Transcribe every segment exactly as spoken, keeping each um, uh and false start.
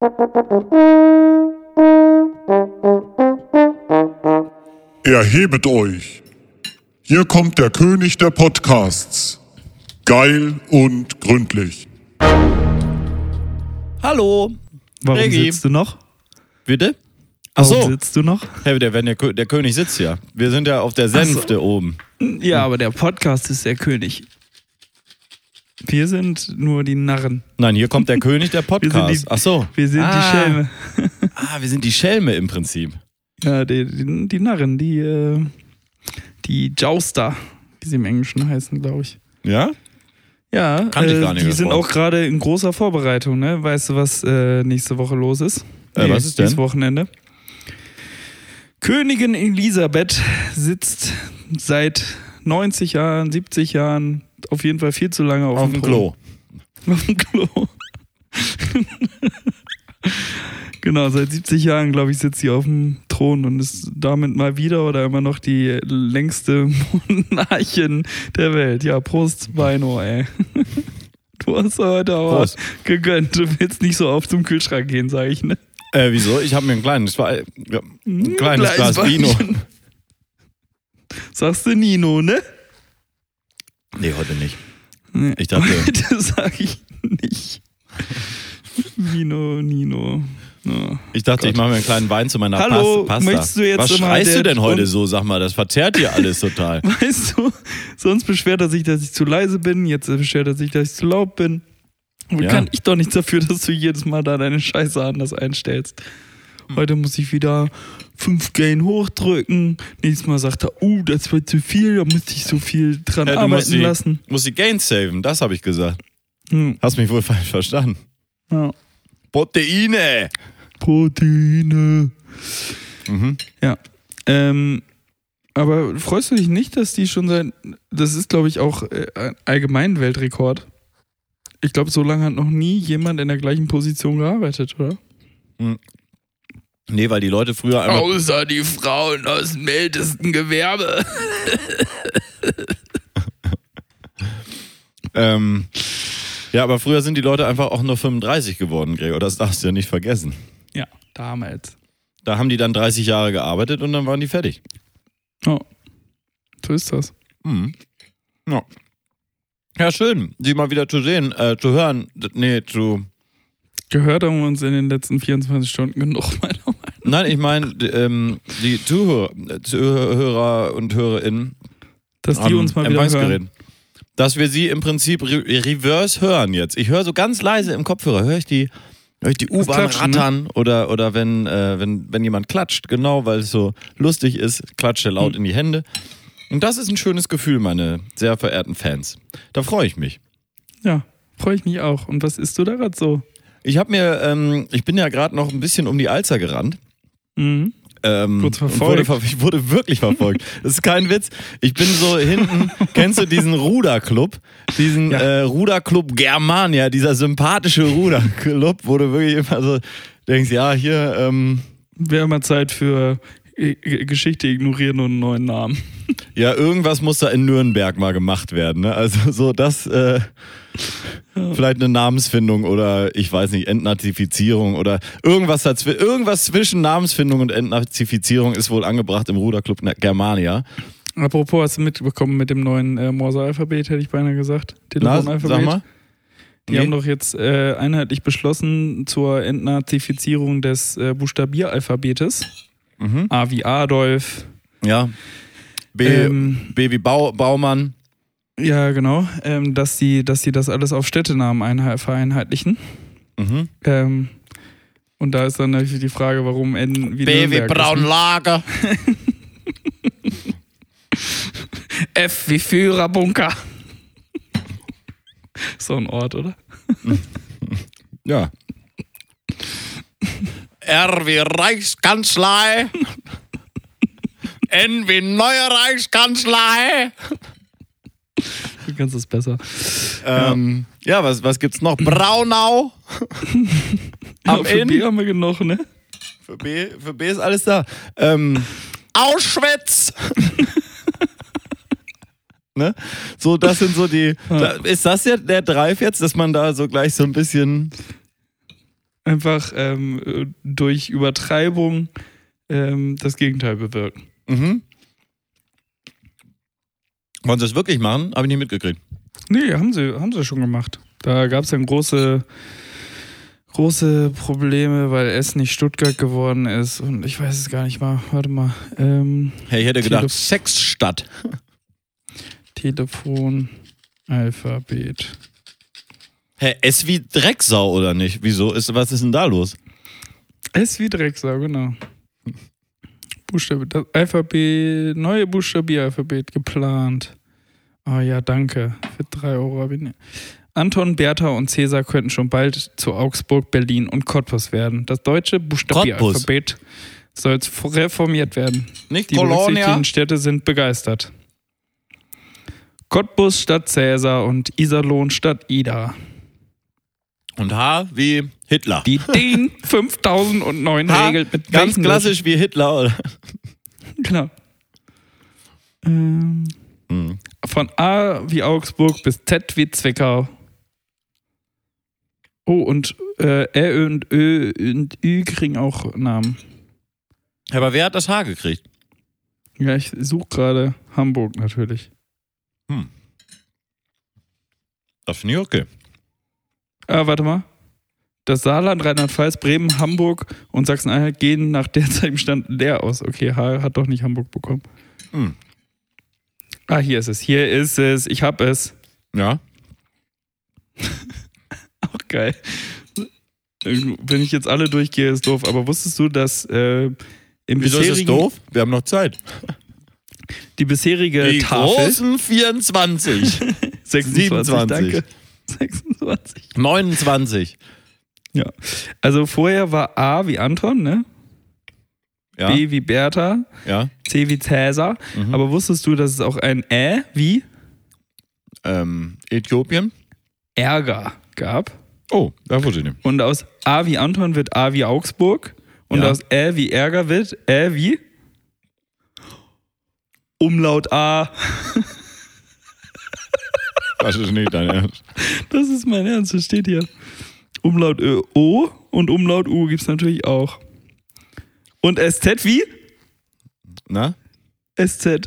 Erhebet euch! Hier kommt der König der Podcasts. Geil und gründlich. Hallo. Warum Regi. sitzt du noch? Bitte? Achso. Warum sitzt du noch? Hey, der, wenn der, Kö- der König sitzt ja. Wir sind ja auf der Sänfte so. oben. Ja, aber der Podcast ist der König. Wir sind nur die Narren. Nein, hier kommt der König der Podcast. Wir sind die, Achso. Wir sind ah. die Schelme. Ah, wir sind die Schelme im Prinzip. Ja, die, die, die Narren, die, äh, die Jouster, wie sie im Englischen heißen, glaube ich. Ja? Ja, Kann ich äh, gar nicht, die das sind Wort. auch gerade in großer Vorbereitung, ne? Weißt du, was äh, nächste Woche los ist? Äh, was ist denn? Dieses Wochenende. Königin Elisabeth sitzt seit neunzig Jahren, siebzig Jahren, auf jeden Fall viel zu lange auf, Auf dem dem Klo. Auf dem Klo. Genau, seit siebzig Jahren, glaube ich, sitzt sie auf dem Thron und ist damit mal wieder oder immer noch die längste Monarchin der Welt. Ja, Prost, Beino, ey. Du hast heute aber Prost. gegönnt. Du willst nicht so oft zum Kühlschrank gehen, sage ich, ne? Äh, wieso? Ich habe mir ein kleines, ja, ein kleines Kleines Glas Vino. Weinchen. Sagst du Nino, ne? Nee, heute nicht. Nee. Ich dachte- Heute sag ich nicht. Vino, Nino. Ja. Ich dachte, ich mache mir einen kleinen Wein zu meiner Hallo, Pas- Pasta. möchtest du jetzt Was immer schreist du der- denn heute und- so? Sag mal, das verzerrt hier alles total. Weißt du, sonst beschwert er sich, dass ich zu leise bin, jetzt beschwert er sich, dass ich zu laut bin. Und Ja. kann ich doch nichts dafür, dass du jedes Mal da deine Scheiße anders einstellst. Heute muss ich wieder fünf Gain hochdrücken. Nächstes Mal sagt er, uh, das wird zu viel, da müsste ich so viel dran Ja, du musst arbeiten die, lassen. musst die Gains saven, das habe ich gesagt. Hm. Hast mich wohl falsch verstanden. Ja. Proteine! Proteine. Mhm. Ja. Ähm, aber freust du dich nicht, dass die schon seit, das ist glaube ich auch äh, ein allgemein Weltrekord. Ich glaube, so lange hat noch nie jemand in der gleichen Position gearbeitet, oder? Nee, weil die Leute früher einfach... Außer die Frauen aus dem ältesten Gewerbe. Ähm, ja, aber früher sind die Leute einfach auch nur fünfunddreißig geworden, Gregor. Das darfst du ja nicht vergessen. Ja, damals. Da haben die dann dreißig Jahre gearbeitet und dann waren die fertig. Oh, so ist das. Mhm. Ja. Ja, schön, sie mal wieder zu sehen, äh, zu hören. Nee, zu... Gehört haben wir uns in den letzten vierundzwanzig Stunden genug, meiner Meinung nach. Nein, ich meine, ähm, die Zuhörer, Zuhörer und Hörerinnen Dass die am uns mal wieder Empfangsgerät. hören. Dass wir sie im Prinzip re reverse hören jetzt. Ich höre so ganz leise im Kopfhörer, höre ich die, höre ich die U-Bahn Klatschen, ne? rattern oder, oder wenn, äh, wenn, wenn jemand klatscht, genau, weil es so lustig ist, klatscht er laut Hm. in die Hände. Und das ist ein schönes Gefühl, meine sehr verehrten Fans. Da freue ich mich. Ja, freue ich mich auch. Und was isst du da gerade so? Ich habe mir, ähm, ich bin ja gerade noch ein bisschen um die Alster gerannt. Mhm. Ähm, Wurdest und verfolgt? Wurde, ver- ich wurde wirklich verfolgt. Das ist kein Witz. Ich bin so hinten, kennst du diesen Ruderclub? Diesen Ja. äh, Ruderclub Germania, dieser sympathische Ruderclub, wo du wirklich immer so denkst, ja, hier, ähm, Wäre mal Zeit für äh, Geschichte ignorieren und einen neuen Namen. ja, irgendwas muss da in Nürnberg mal gemacht werden. Ne? Also so das, äh, vielleicht eine Namensfindung oder ich weiß nicht, Entnazifizierung oder irgendwas dazwischen. Irgendwas zwischen Namensfindung und Entnazifizierung ist wohl angebracht im Ruderclub Germania. Apropos, hast du mitbekommen mit dem neuen äh, Morse-Alphabet, hätte ich beinahe gesagt? Na, Telefonalphabet. sag mal. Die Nee. haben doch jetzt äh, einheitlich beschlossen zur Entnazifizierung des äh, Buchstabieralphabetes. Mhm. A wie Adolf. Ja. B, Ähm, B wie Bau, Baumann. Ja, genau. Ähm, dass sie dass sie das alles auf Städtenamen einhe- vereinheitlichen. Mhm. Ähm, und da ist dann natürlich die Frage, warum N wie B wie Nürnberg ist, ne? Braunlager. F wie Führerbunker. So ein Ort, oder? Ja. R wie Reichskanzlei. N wie neue Reichskanzlei. Du kannst es besser. Ähm, ja, was, was gibt's noch? Braunau. Am Für B Inn. haben wir genug, ne? Für B, für B ist alles da. Ähm, Auschwitz. Ne? So, das sind so die. Da, ist das ja der Drive jetzt, dass man da so gleich so ein bisschen einfach ähm, durch Übertreibung ähm, das Gegenteil bewirken. Mhm. Wollen sie das wirklich machen? Habe ich nicht mitgekriegt. Nee, haben sie, haben sie schon gemacht. Da gab es dann große, große Probleme, weil es nicht Stuttgart geworden ist. Und ich weiß es gar nicht mal. Warte mal. Ähm, Hey, ich hätte gedacht, Telef- Sexstadt. Telefon, Alphabet. Hä, es wie Drecksau oder nicht? Wieso? Ist, was ist denn da los? S wie Drecksau, genau. Buchstabe, das Alphabet, neue Buchstabieralphabet geplant. Oh ja, danke. Für drei Euro habe ich nicht. Anton, Bertha und Cäsar könnten schon bald zu Augsburg, Berlin und Cottbus werden. Das deutsche Buchstabieralphabet soll reformiert werden. Nicht Die Kolonia? berücksichtigten Städte sind begeistert. Cottbus statt Cäsar und Iserlohn statt Ida. Und H wie Hitler. Die D I N fünftausendneun H, regelt mit ganz welchen klassisch wie Hitler, oder? Noten- Genau. Ähm, Hm. von A wie Augsburg bis Z wie Zwickau. Oh, und äh, R und Ö und Ü kriegen auch Namen. Aber wer hat das H gekriegt? Ja, ich suche gerade Hamburg natürlich. Hm. Das finde ich okay. Ah, warte mal. Das Saarland, Rheinland-Pfalz, Bremen, Hamburg und Sachsen-Anhalt gehen nach derzeitigem Stand leer aus. Okay, H hat doch nicht Hamburg bekommen. Hm. Ah, hier ist es. Hier ist es. Ich hab es. Ja. Auch geil. Wenn ich jetzt alle durchgehe, ist doof. Aber wusstest du, dass äh, im Wieso ist es bisherigen, doof? Wir haben noch Zeit. die bisherige Die Tafel großen vierundzwanzig. sechsundzwanzig, siebenundzwanzig. danke. sechsundzwanzig. neunundzwanzig. Ja. Also vorher war A wie Anton, ne? Ja. B wie Bertha, Ja. C wie Cäsar. Mhm. Aber wusstest du, dass es auch ein Ä wie Ähm, Äthiopien. Ärger gab? Oh, da wusste ich nicht. Und aus A wie Anton wird A wie Augsburg. Und Ja. aus Ä wie Ärger wird Ä wie Umlaut A. Das ist nicht dein Ernst. Das ist mein Ernst, das steht hier. Umlaut Ö, O und Umlaut U gibt es natürlich auch. Und S Z wie? Na? S Z.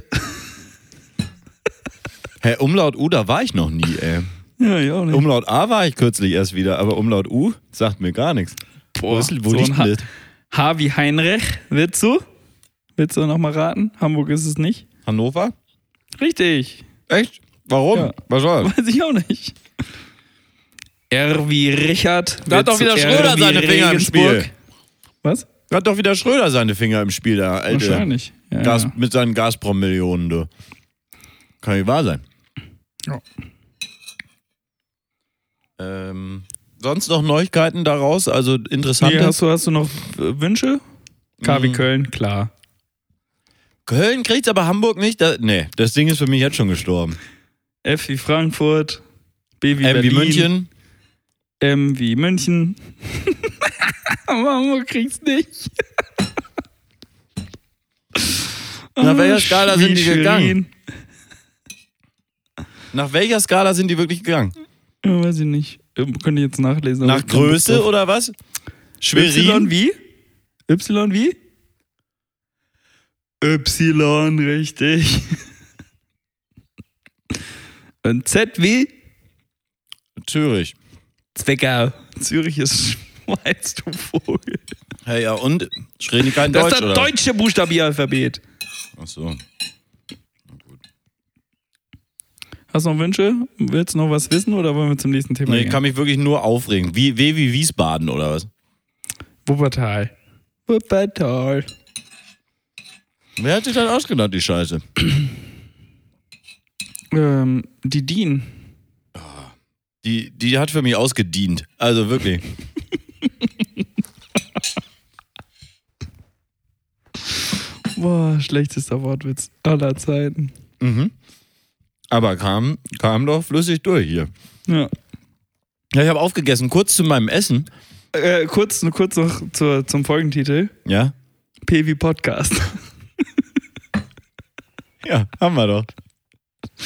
Hä, Umlaut U, da war ich noch nie, ey. Ja, ich auch nicht. Umlaut A war ich kürzlich erst wieder, aber Umlaut U sagt mir gar nichts. Wo, ist, wo so liegt ein H- denn das? H wie Heinrich, willst du? Willst du nochmal raten? Hamburg ist es nicht. Hannover? Richtig. Echt? Warum? Ja. Was soll das? Weiß ich auch nicht. R wie Richard. Da hat wird doch wieder zu R Schröder wie seine Finger im Regensburg. Spiel. Was? Da hat doch wieder Schröder seine Finger im Spiel, der alte. Wahrscheinlich. Ja, Gas, ja. mit seinen Gazprom-Millionen, du. Kann nicht wahr sein. Ja. Ähm, sonst noch Neuigkeiten daraus? Also interessante. Nee, hast, du, hast du noch äh, Wünsche? K wie Mhm. Köln, klar. Köln kriegt's aber Hamburg nicht? Da, nee, das Ding ist für mich jetzt schon gestorben. F wie Frankfurt. B wie M wie Berlin. München. M wie München. Hamburg kriegt's nicht. Nach welcher Skala sind die Schwerin. gegangen? Nach welcher Skala sind die wirklich gegangen? Ja, weiß ich nicht. Ähm, Könnte ich jetzt nachlesen. aber Nach ich kann nicht Größe drauf. oder was? Y Schwerin? wie? Y wie? Y, richtig. Und Z wie? Zürich. Zwickau. Zürich ist Schweiz, du Vogel. Hey, ja, und? Reden die kein Das Deutsch, ist das oder? deutsche Buchstabieralphabet. Ach so. Hast du noch Wünsche? Willst du noch was wissen oder wollen wir zum nächsten Thema Nee, ich gehen? kann mich wirklich nur aufregen. Wie, W wie Wiesbaden, oder was? Wuppertal. Wuppertal. Wer hat sich das ausgedacht, die Scheiße? Ähm, die D I N. Die, die hat für mich ausgedient. Also wirklich. Boah, schlechtester Wortwitz aller Zeiten. Mhm. Aber kam, kam doch flüssig durch hier. Ja. Ja, ich habe aufgegessen. Kurz zu meinem Essen. Äh, kurz, nur kurz noch zur, zum Folgentitel. Ja? P wie Podcast. Ja, haben wir doch.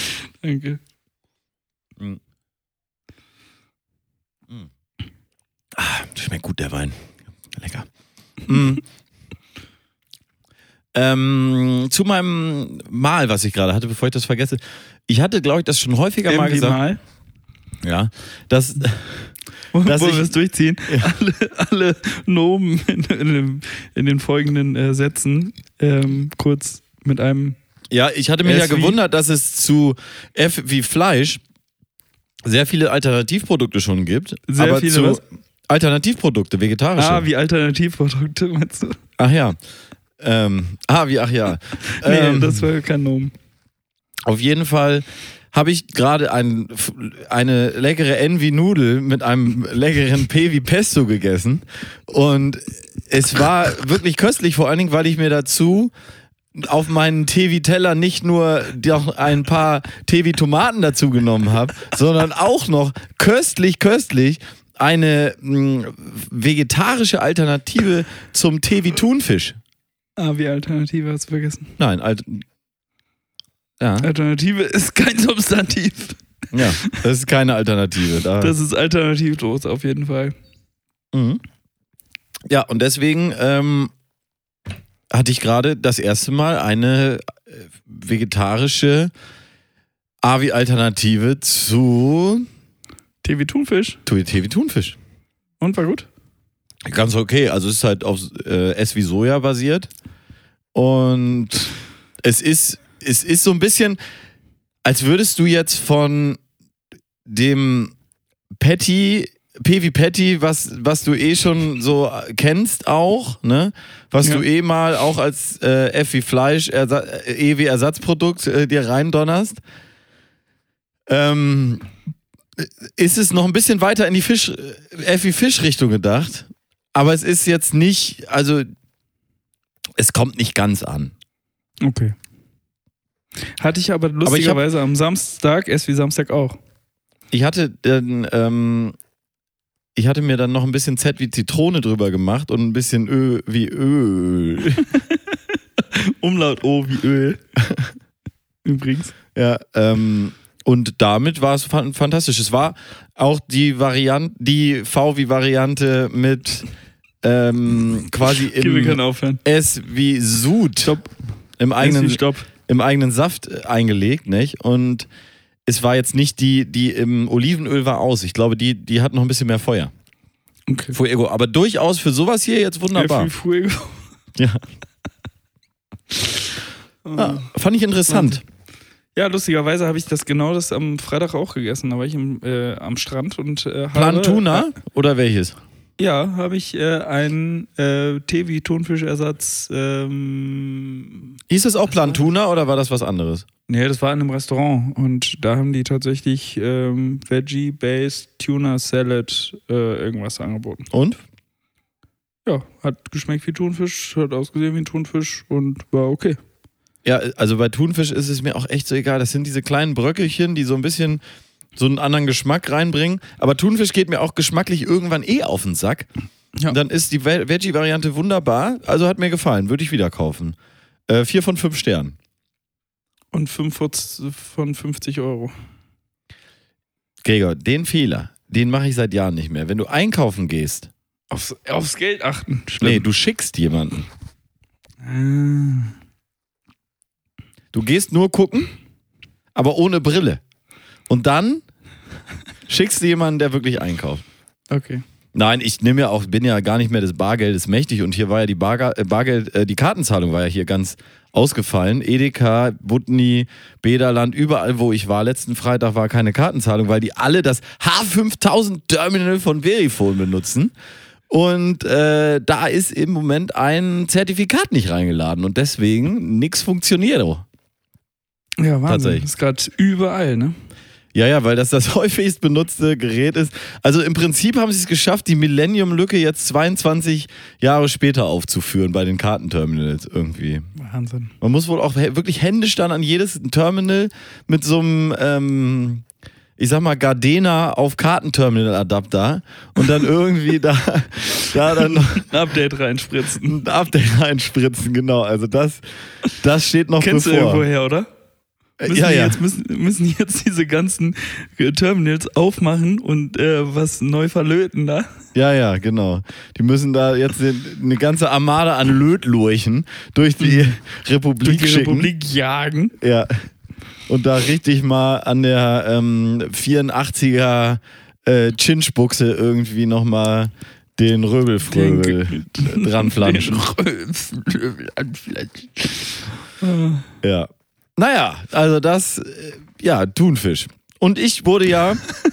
Danke. Ah, schmeckt gut, der Wein. Lecker. Mm. ähm, zu meinem Mal, was ich gerade hatte, bevor ich das vergesse. Ich hatte, glaube ich, das schon häufiger mal gesagt. Mal? Ja, dass, Wo, dass wo ich, wir es durchziehen. Ja. Alle, alle Nomen in, in, dem, in den folgenden äh, Sätzen ähm, kurz mit einem. Ja, ich hatte mich ja S wie? gewundert, dass es zu F wie Fleisch sehr viele Alternativprodukte schon gibt. Sehr aber viele zu was? Alternativprodukte, vegetarische. Ah, wie Alternativprodukte, meinst du? Ach ja. Ähm, ah, wie ach ja. Nee, ähm, das war kein Nomen. Auf jeden Fall habe ich gerade ein, eine leckere N wie Nudel mit einem leckeren P wie Pesto gegessen. Und es war wirklich köstlich, vor allen Dingen, weil ich mir dazu auf meinen Tevi-Teller nicht nur noch ein paar Tevi-Tomaten dazu genommen habe, sondern auch noch köstlich, köstlich eine mh, vegetarische Alternative zum Tevi-Thunfisch. Ah, wie Alternative hast du vergessen? Nein, alt ja. Alternative ist kein Substantiv. Ja, das ist keine Alternative. Da. Das ist alternativlos auf jeden Fall. Mhm. Ja, und deswegen ähm, hatte ich gerade das erste Mal eine vegetarische A-wie-Alternative zu Tevi Thunfisch. Tevi Thunfisch. Und war gut? Ganz okay. Also es ist halt auf äh, S wie Soja basiert. Und es ist, es ist so ein bisschen, als würdest du jetzt von dem Patty, P wie Patty, was, was du eh schon so kennst auch, ne? Was ja. du eh mal auch als äh, F wie Fleisch, Ersa- E wie Ersatzprodukt äh, dir reindonnerst. Ähm, ist es noch ein bisschen weiter in die Fisch, F wie Fisch-Richtung gedacht. Aber es ist jetzt nicht, also es kommt nicht ganz an. Okay. Hatte ich aber lustigerweise aber ich hab, am Samstag, S wie Samstag auch. Ich hatte dann, ähm, ich hatte mir dann noch ein bisschen Z wie Zitrone drüber gemacht und ein bisschen Ö wie Öl. Umlaut O wie Öl. Übrigens. Ja, ähm, und damit war es fantastisch. Es war auch die Variante, die V wie Variante mit ähm, quasi im S wie Sud. Stopp. Im eigenen, Stopp. im eigenen Saft eingelegt, nicht? Und es war jetzt nicht die, die im Olivenöl war aus. Ich glaube, die, die hat noch ein bisschen mehr Feuer. Okay. Fuego. Aber durchaus für sowas hier jetzt wunderbar. Ja, Fuego. Ja. ja. Fand ich interessant. Ja, lustigerweise habe ich das genau das am Freitag auch gegessen. Da war ich im, äh, am Strand und äh, habe... Plantuna äh, oder welches? Ja, habe ich äh, einen äh, Tevi Thunfischersatz. Ähm, Hieß es auch Plantuna oder war das was anderes? Nee, das war in einem Restaurant und da haben die tatsächlich ähm, Veggie-Based Tuna Salad äh, irgendwas angeboten. Und? Ja, hat geschmeckt wie Thunfisch, hat ausgesehen wie ein Thunfisch und war okay. Ja, also bei Thunfisch ist es mir auch echt so egal. Das sind diese kleinen Bröckelchen, die so ein bisschen so einen anderen Geschmack reinbringen. Aber Thunfisch geht mir auch geschmacklich irgendwann eh auf den Sack. Ja. Und dann ist die Veggie-Variante wunderbar. Also hat mir gefallen. Würde ich wieder kaufen. Äh, vier von fünf Sternen. Und fünf von fünfzig Euro. Gregor, den Fehler, den mache ich seit Jahren nicht mehr. Wenn du einkaufen gehst. Aufs, aufs Geld achten. Schlimm. Nee, du schickst jemanden. Ah. Du gehst nur gucken, aber ohne Brille. Und dann schickst du jemanden, der wirklich einkauft. Okay. Nein, ich nehme ja auch, bin ja gar nicht mehr des Bargeldes mächtig und hier war ja die Barga- äh, Bargeld, äh, die Kartenzahlung war ja hier ganz ausgefallen. Edeka, Butni, Bederland, überall wo ich war, letzten Freitag war keine Kartenzahlung, weil die alle das H fünftausend Terminal von Verifone benutzen. Und äh, da ist im Moment ein Zertifikat nicht reingeladen und deswegen nichts funktioniert. Oh. Ja, Wahnsinn. Das ist gerade überall, ne? Ja, ja, weil das das häufigst benutzte Gerät ist. Also im Prinzip haben sie es geschafft, die Millennium-Lücke jetzt zweiundzwanzig Jahre später aufzuführen bei den Kartenterminals irgendwie. Wahnsinn. Man muss wohl auch wirklich händisch dann an jedes Terminal mit so einem, ähm, ich sag mal, Gardena auf Kartenterminal-Adapter und dann irgendwie da, da dann noch ein Update reinspritzen. Ein Update reinspritzen, genau. Also das, das steht noch Kennst bevor. Kennst du irgendwoher, oder? Müssen ja, die ja. Jetzt, müssen, müssen jetzt diese ganzen Terminals aufmachen und äh, was neu verlöten da. Ja, ja, genau. Die müssen da jetzt eine ganze Armada an Lötlurchen durch die Republik Durch die schicken. Republik jagen. Ja. Und da richtig mal an der ähm, vierundachtziger äh, Chinchbuchse irgendwie nochmal den Röbelfröbel dran flanschen. Ja. Naja, also das, äh, ja, Thunfisch. Und ich wurde ja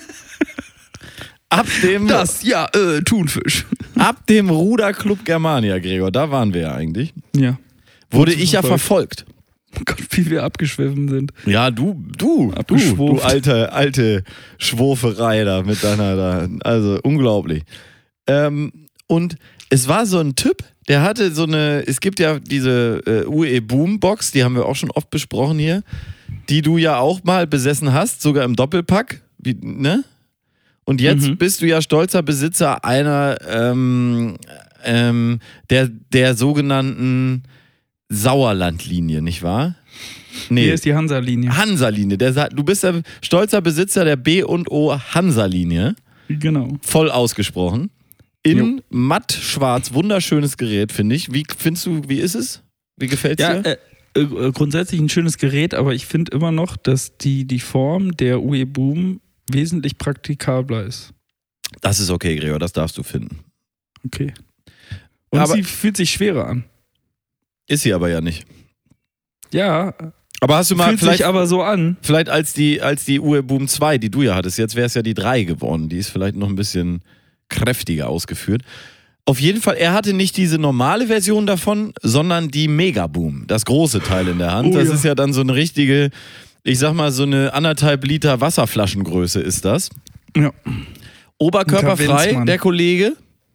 ab dem, Das, ja, äh, Thunfisch. ab dem Ruderclub Germania, Gregor, da waren wir ja eigentlich, Ja. wurde Wurdest ich du ja verfolgt. Oh Gott, wie wir abgeschwiffen sind. Ja, du, du, du, du Abgeschwurft. alte, alte Schwurferei da mit deiner, da, also unglaublich. Ähm, und es war so ein Typ, der hatte so eine, es gibt ja diese äh, U E Boombox, die haben wir auch schon oft besprochen hier, die du ja auch mal besessen hast, sogar im Doppelpack, wie, ne? Und jetzt Mhm. bist du ja stolzer Besitzer einer ähm, ähm, der, der sogenannten Sauerlandlinie, nicht wahr? Nee, Hier ist die Hansa-Linie. Hansa-Linie. Der, sa- du bist der stolzer Besitzer der B und O Hansa-Linie. Genau. Voll ausgesprochen. In matt schwarz, wunderschönes Gerät, finde ich. Wie findest du, wie ist es? Wie gefällt's Ja, dir? äh, äh, grundsätzlich ein schönes Gerät, aber ich finde immer noch, dass die, die Form der U E Boom wesentlich praktikabler ist. Das ist okay, Gregor, das darfst du finden. Okay. Und Aber- sie fühlt sich schwerer an. Ist sie aber ja nicht. Ja, Aber hast du mal fühlt vielleicht, sich aber so an. vielleicht als die, als die U E Boom zwei, die du ja hattest, jetzt wäre es ja die drei geworden. Die ist vielleicht noch ein bisschen kräftiger ausgeführt. Auf jeden Fall, er hatte nicht diese normale Version davon, sondern die Megaboom, das große Teil in der Hand. Oh das ja. ist ja dann so eine richtige, ich sag mal, so eine anderthalb Liter Wasserflaschengröße ist das. Ja. Oberkörperfrei, Kavenzmann. der Kollege.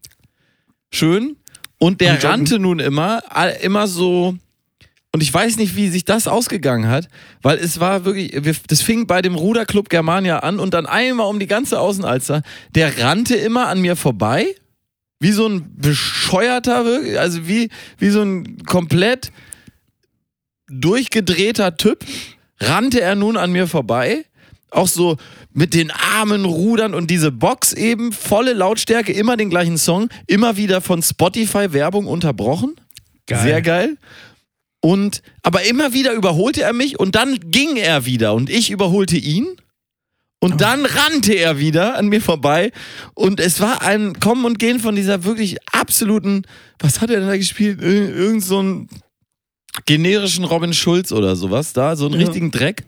Schön. Und der Und joggen. rannte nun immer, all- immer so. Und ich weiß nicht, wie sich das ausgegangen hat, weil es war wirklich, wir- das fing bei dem Ruderclub Germania an und dann einmal um die ganze Außenalster. Der rannte immer an mir vorbei, wie so ein bescheuerter, wirklich, also wie, wie so ein komplett durchgedrehter Typ, rannte er nun an mir vorbei. Auch so mit den Armen rudern und diese Box eben, volle Lautstärke, immer den gleichen Song, immer wieder von Spotify-Werbung unterbrochen. Geil. Sehr geil. Und, aber immer wieder überholte er mich und dann ging er wieder und ich überholte ihn. Und Oh. dann rannte er wieder an mir vorbei und es war ein Kommen und Gehen von dieser wirklich absoluten, was hat er denn da gespielt? Ir- Irgend so einen generischen Robin Schulz oder sowas da, so einen Ja. richtigen Dreck.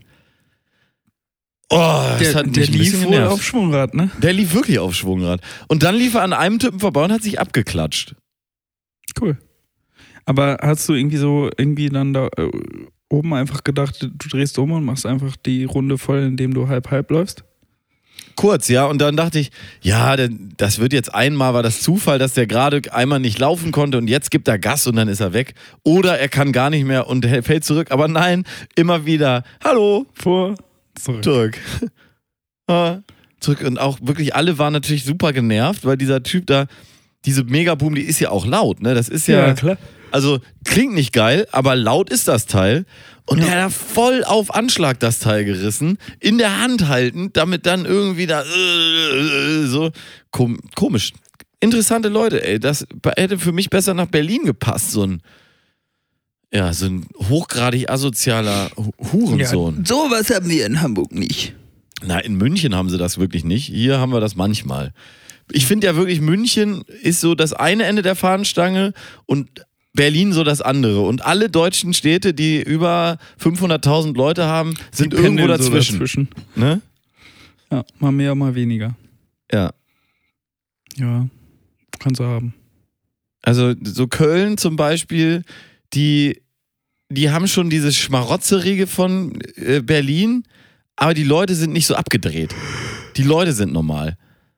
Oh, das Der, hat mich der ein bisschen lief wohl genervt. auf Schwungrad, ne? Der lief wirklich auf Schwungrad. Und dann lief er an einem Typen vorbei und hat sich abgeklatscht. Cool. Aber hast du irgendwie so, irgendwie dann da äh, oben einfach gedacht, du drehst um und machst einfach die Runde voll, indem du halb-halb läufst? Kurz, ja, und dann dachte ich, ja, denn das wird jetzt einmal, war das Zufall, dass der gerade einmal nicht laufen konnte und jetzt gibt er Gas und dann ist er weg. Oder er kann gar nicht mehr und er fällt zurück. Aber nein, immer wieder, hallo, Vor, zurück. zurück. Ah, zurück. Und auch wirklich alle waren natürlich super genervt, weil dieser Typ da, diese Megaboom, die ist ja auch laut, ne? Das ist ja, klar. also klingt nicht geil, aber laut ist das Teil. Und Ja. der hat da voll auf Anschlag das Teil gerissen, in der Hand haltend, damit dann irgendwie da äh, so kom komisch. Interessante Leute, ey. Das hätte für mich besser nach Berlin gepasst, so ein ja, so ein hochgradig asozialer Hu- Hurensohn. sowas haben wir in Hamburg nicht. Na, in München haben sie das wirklich nicht. Hier haben wir das manchmal. Ich finde ja wirklich, München ist so das eine Ende der Fahnenstange und Berlin so das andere. Und alle deutschen Städte, die über fünfhunderttausend Leute haben, sind irgendwo pendeln so dazwischen. dazwischen. Ne? Ja, mal mehr, mal weniger. Ja. Ja, kannst du haben. Also so Köln zum Beispiel, die, die haben schon dieses Schmarotzerige von äh, Berlin, aber die Leute sind nicht so abgedreht. Die Leute sind normal.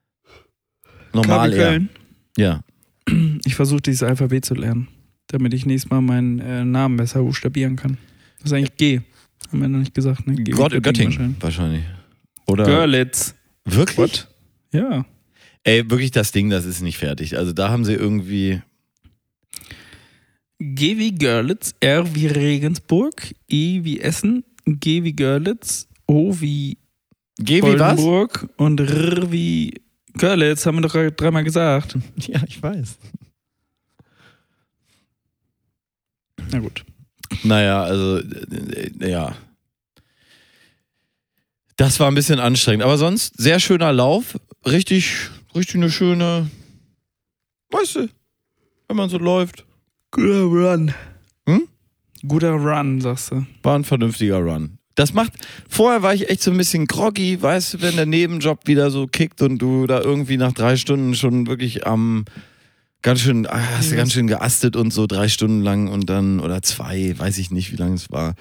Normal K W eher. Köln. Ja. Ich versuche dieses Alphabet zu lernen, damit ich nächstes Mal meinen äh, Namen besser buchstabieren kann. Das ist eigentlich G. Haben wir noch nicht gesagt, ne? G wie Gott, Göttingen wahrscheinlich. wahrscheinlich. Oder Görlitz. wirklich? What? Ja. Ey, wirklich das Ding, das ist nicht fertig. Also da haben sie irgendwie. G wie Görlitz, R wie Regensburg, E wie Essen, G wie Görlitz, O wie G wie was? Oldenburg und R wie Görlitz, haben wir doch dreimal gesagt. Ja, ich weiß. Na gut. Naja, also, äh, ja. Das war ein bisschen anstrengend. Aber sonst, sehr schöner Lauf. Richtig, richtig eine schöne, weißt du, wenn man so läuft. Guter Run. Hm? Guter Run, sagst du. War ein vernünftiger Run. Das macht, vorher war ich echt so ein bisschen groggy, weißt du, wenn der Nebenjob wieder so kickt und du da irgendwie nach drei Stunden schon wirklich am, ähm, ganz schön, ach, hast du ganz schön geastet und so drei Stunden lang und dann, oder zwei, weiß ich nicht, wie lange es war.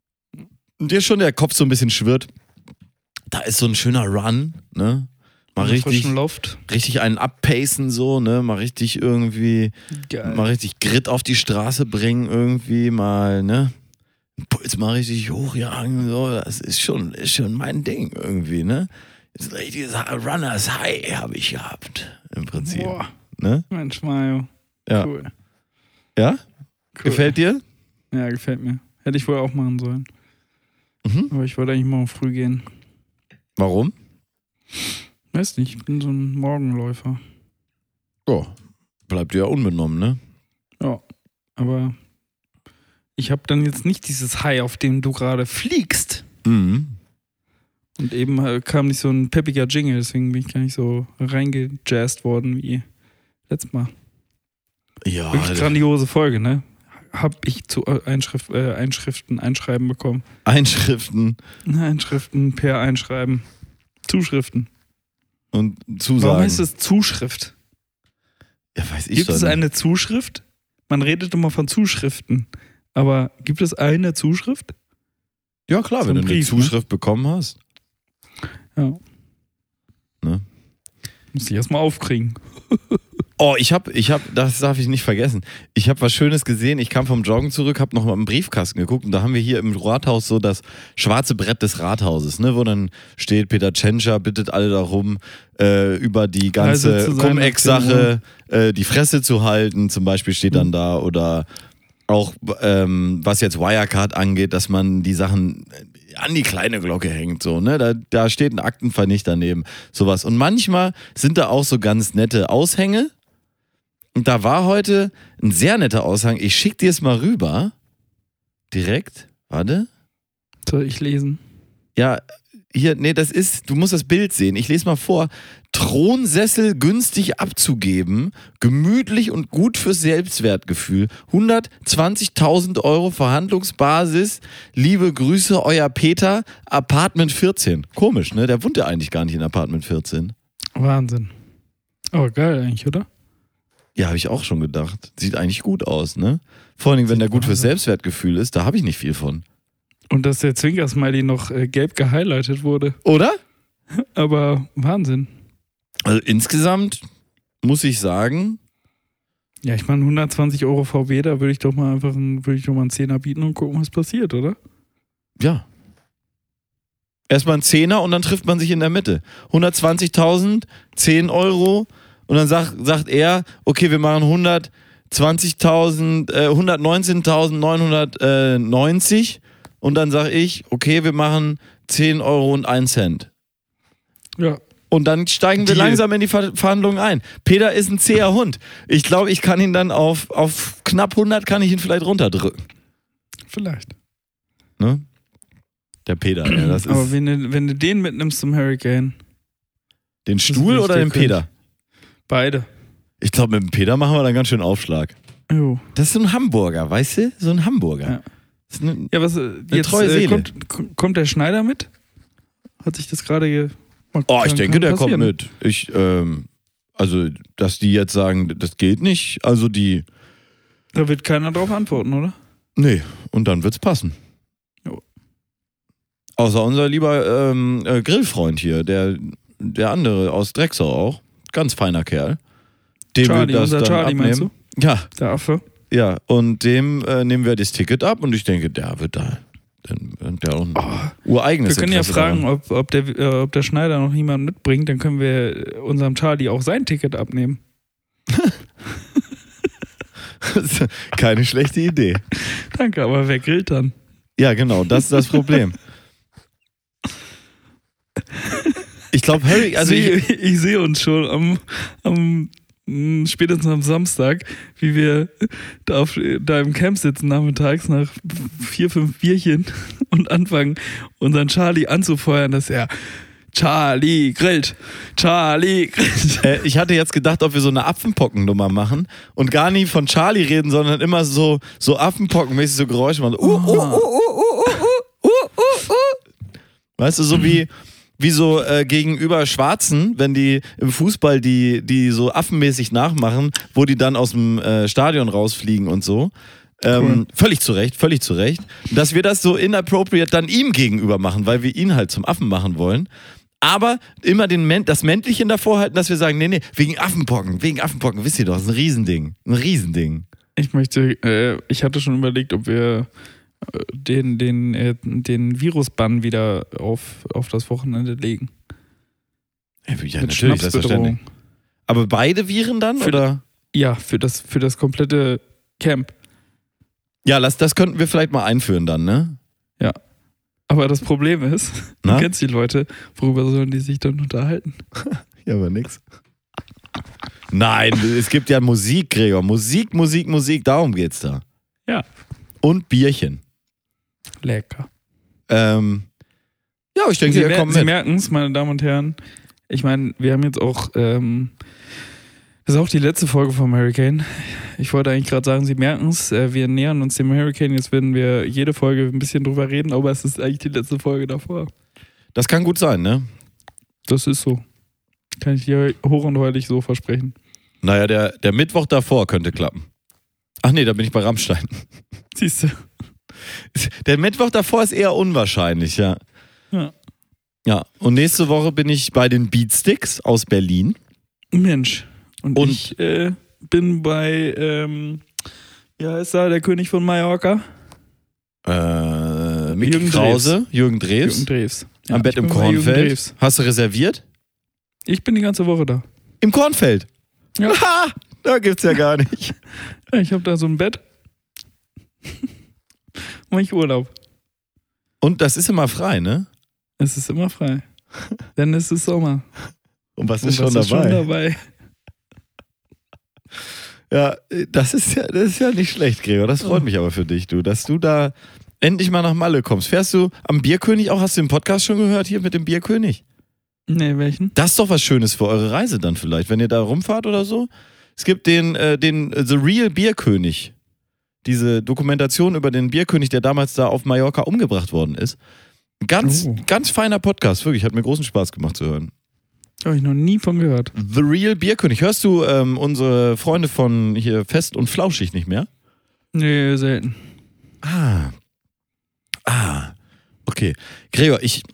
Und dir schon der Kopf so ein bisschen schwirrt. Da ist so ein schöner Run, ne? Mal richtig, Luft. richtig einen abpacen so, ne? Mal richtig irgendwie, Geil. mal richtig Grit auf die Straße bringen irgendwie, mal, ne? Puls mal richtig hochjagen, so, das ist schon, ist schon mein Ding irgendwie, ne? Das ist ein richtiges Runners High habe ich gehabt, im Prinzip. Boah, ne? Mensch, Mario. Ja. Cool. Ja? Cool. Gefällt dir? Ja, gefällt mir. Hätte ich wohl auch machen sollen. Mhm. Aber ich wollte eigentlich morgen früh gehen. Warum? Weiß nicht, ich bin so ein Morgenläufer. Oh, bleibt dir ja unbenommen, ne? Ja, aber ich habe dann jetzt nicht dieses High, auf dem du gerade fliegst. Mhm. Und eben äh, kam nicht so ein peppiger Jingle, deswegen bin ich gar nicht so reingejazzt worden wie letztes Mal. Ja. Wirklich grandiose Folge, ne? Hab ich zu Einschrift, äh, Einschriften, Einschreiben bekommen. Einschriften. Einschriften per Einschreiben. Zuschriften. Und Zusagen. Warum heißt es Zuschrift? Ja, weiß ich Gibt doch es nicht. eine Zuschrift? Man redet immer von Zuschriften. Aber gibt es eine Zuschrift? Ja, klar, So wenn ein du Brief, eine Zuschrift bekommen hast. Ja. Ne? Muss ich erstmal aufkriegen. Oh, ich hab, ich hab, das darf ich nicht vergessen. Ich habe was Schönes gesehen. Ich kam vom Joggen zurück, habe noch mal im Briefkasten geguckt und da haben wir hier im Rathaus so das schwarze Brett des Rathauses, ne, wo dann steht, Peter Tschentscher bittet alle darum, äh, über die ganze Also zu sein, Cum-Ex-Sache äh, die Fresse zu halten, zum Beispiel steht dann da, oder auch ähm, was jetzt Wirecard angeht, dass man die Sachen an die kleine Glocke hängt, so, ne? Da, da steht ein Aktenvernichter daneben, sowas. Und manchmal sind da auch so ganz nette Aushänge. Und da war heute ein sehr netter Aushang. Ich schick dir es mal rüber. Direkt. Warte. Soll ich lesen? Ja, hier, nee, das ist, du musst das Bild sehen. Ich lese mal vor. Thronsessel günstig abzugeben, gemütlich und gut fürs Selbstwertgefühl. hundertzwanzigtausend Euro Verhandlungsbasis. Liebe Grüße, euer Peter, Apartment vierzehn. Komisch, ne? Der wohnt ja eigentlich gar nicht in Apartment vierzehn. Wahnsinn. Aber geil eigentlich, oder? Ja, habe ich auch schon gedacht. Sieht eigentlich gut aus, ne? Vor allem, wenn der gut fürs Selbstwertgefühl ist, da habe ich nicht viel von. Und dass der Zwinker-Smiley noch äh, gelb gehighlightet wurde. Oder? Aber Wahnsinn. Also insgesamt muss ich sagen, Ja, ich meine, hundertzwanzig Euro V W, da würde ich doch mal einfach einen, würde ich doch mal einen Zehner bieten und gucken, was passiert, oder? ja. Erstmal ein Zehner und dann trifft man sich in der Mitte. hundertzwanzigtausend, zehn Euro und dann sagt, sagt er, okay, wir machen hundertzwanzigtausend, äh, hundertneunzehntausendneunhundertneunzig und dann sage ich, okay, wir machen zehn Euro und ein Cent. Ja. Und dann steigen wir Deal. langsam in die Ver- Verhandlungen ein. Peter ist ein zäher Hund. Ich glaube, ich kann ihn dann auf, auf knapp hundert kann ich ihn vielleicht runterdrücken. Vielleicht. Ne? Der Peter, ja, das Aber ist wenn du, wenn du den mitnimmst zum Hurricane, den ist Stuhl nicht oder der den König. Peter? beide. Ich glaube, mit dem Peter machen wir dann ganz schön Aufschlag. Jo. Das ist so ein Hamburger, weißt du? So ein Hamburger. Ja. Das ist eine, Ja, was, äh, jetzt treue äh, Seele. kommt, kommt der Schneider mit? Hat sich das gerade ge- mal- oh, ich kann- denke, kann der passieren. kommt mit. Ich, ähm, also, dass die jetzt sagen, das geht nicht, also die, Da wird keiner drauf antworten, oder? nee, und dann wird's passen. Jo. Außer unser lieber ähm, äh, Grillfreund hier, der, der andere aus Drexau auch. Ganz feiner Kerl. Dem Charlie, wir das unser dann Charlie, meinst abnehmen. Ja, Der Affe. ja. Und dem äh, nehmen wir das Ticket ab und ich denke, der wird da. Dann wird der auch ein ureigenes Wir können ja Interesse fragen, daran. ob, ob, der, äh, ob der Schneider noch jemanden mitbringt, dann können wir unserem Charlie auch sein Ticket abnehmen. Keine schlechte Idee. Danke, aber wer grillt dann? Ja, genau, das ist das Problem. Ich glaube, Harry, also ich, ich, ich, ich sehe uns schon am, am mh, spätestens am Samstag, wie wir da, auf, da im Camp sitzen nachmittags nach vier, fünf Bierchen und anfangen, unseren Charlie anzufeuern, dass er Charlie grillt, Charlie grillt. Äh, ich hatte jetzt gedacht, ob wir so eine Affenpockennummer machen und gar nie von Charlie reden, sondern immer so, so Affenpockenmäßig so Geräusche machen. Uh, uh, uh, uh, uh, uh, uh, uh, uh. Weißt du, so wie, wie so äh, gegenüber Schwarzen, wenn die im Fußball die, die so affenmäßig nachmachen, wo die dann aus dem äh, Stadion rausfliegen und so. Ähm, cool. Völlig zu Recht, völlig zu Recht. Dass wir das so inappropriate dann ihm gegenüber machen, weil wir ihn halt zum Affen machen wollen. Aber immer den, das Männchen davor halten, dass wir sagen, nee, nee, wegen Affenpocken, wegen Affenpocken, wisst ihr doch, das ist ein Riesending, ein Riesending. Ich möchte, äh, ich hatte schon überlegt, ob wir äh, den, den, äh, den Virusbann wieder auf, auf das Wochenende legen. Ja, ja natürlich, selbstverständlich. Aber beide Viren dann, für oder? Ja, für das, für das komplette Camp. Ja, das, das könnten wir vielleicht mal einführen dann, ne? Ja. Aber das Problem ist, Na? du kennst die Leute, worüber sollen die sich dann unterhalten? Ja, aber nix. Nein, es gibt ja Musik, Gregor. Musik, Musik, Musik, darum geht's da. Ja. Und Bierchen. Lecker. Ähm, ja, ich denke, Sie, wir mer- kommen Sie mit. merken es, meine Damen und Herren. Ich meine, wir haben jetzt auch, ähm, das ist auch die letzte Folge vom Hurricane. Ich wollte eigentlich gerade sagen, Sie merken es, äh, wir nähern uns dem Hurricane. Jetzt werden wir jede Folge ein bisschen drüber reden, aber es ist eigentlich die letzte Folge davor. Das kann gut sein, ne? Das ist so. Kann ich dir hoch und heilig so versprechen. Naja, der, der Mittwoch davor könnte klappen. Ach nee, da bin ich bei Rammstein. Siehst du? Der Mittwoch davor ist eher unwahrscheinlich, ja. Ja. Ja, und nächste Woche bin ich bei den Beatsticks aus Berlin. Mensch. Und, Und- ich äh, bin bei, ähm, wie heißt er, der König von Mallorca? Äh, Micky Jürgen Krause, Jürgen Drews. Jürgen Drews. Ja, Am Bett ich im bin bei Jürgen Kornfeld. Drews. Hast du reserviert? Ich bin die ganze Woche da. Im Kornfeld? Ja. Ha, da gibt's ja gar nicht. Ja, ich habe da so ein Bett. Mach ich Urlaub. Und das ist immer frei, ne? Es ist immer frei. Denn es ist Sommer. Und was Und ist, schon, was dabei? ist schon dabei? Ja, das ist ja, das ist ja nicht schlecht, Gregor. Das freut mich aber für dich, du, dass du da endlich mal nach Malle kommst. Fährst du am Bierkönig auch? Hast du den Podcast schon gehört hier mit dem Bierkönig? Nee, welchen? Das ist doch was Schönes für eure Reise dann vielleicht, wenn ihr da rumfahrt oder so. Es gibt den, äh, den äh, The Real Bierkönig. Diese Dokumentation über den Bierkönig, der damals da auf Mallorca umgebracht worden ist. Ganz, Oh. ganz feiner Podcast, wirklich. Hat mir großen Spaß gemacht zu hören. Habe ich noch nie von gehört. The Real Bierkönig. Hörst du ähm, unsere Freunde von hier Fest und Flauschig nicht mehr? Nee, selten. Ah. Ah. Okay. Gregor, ich.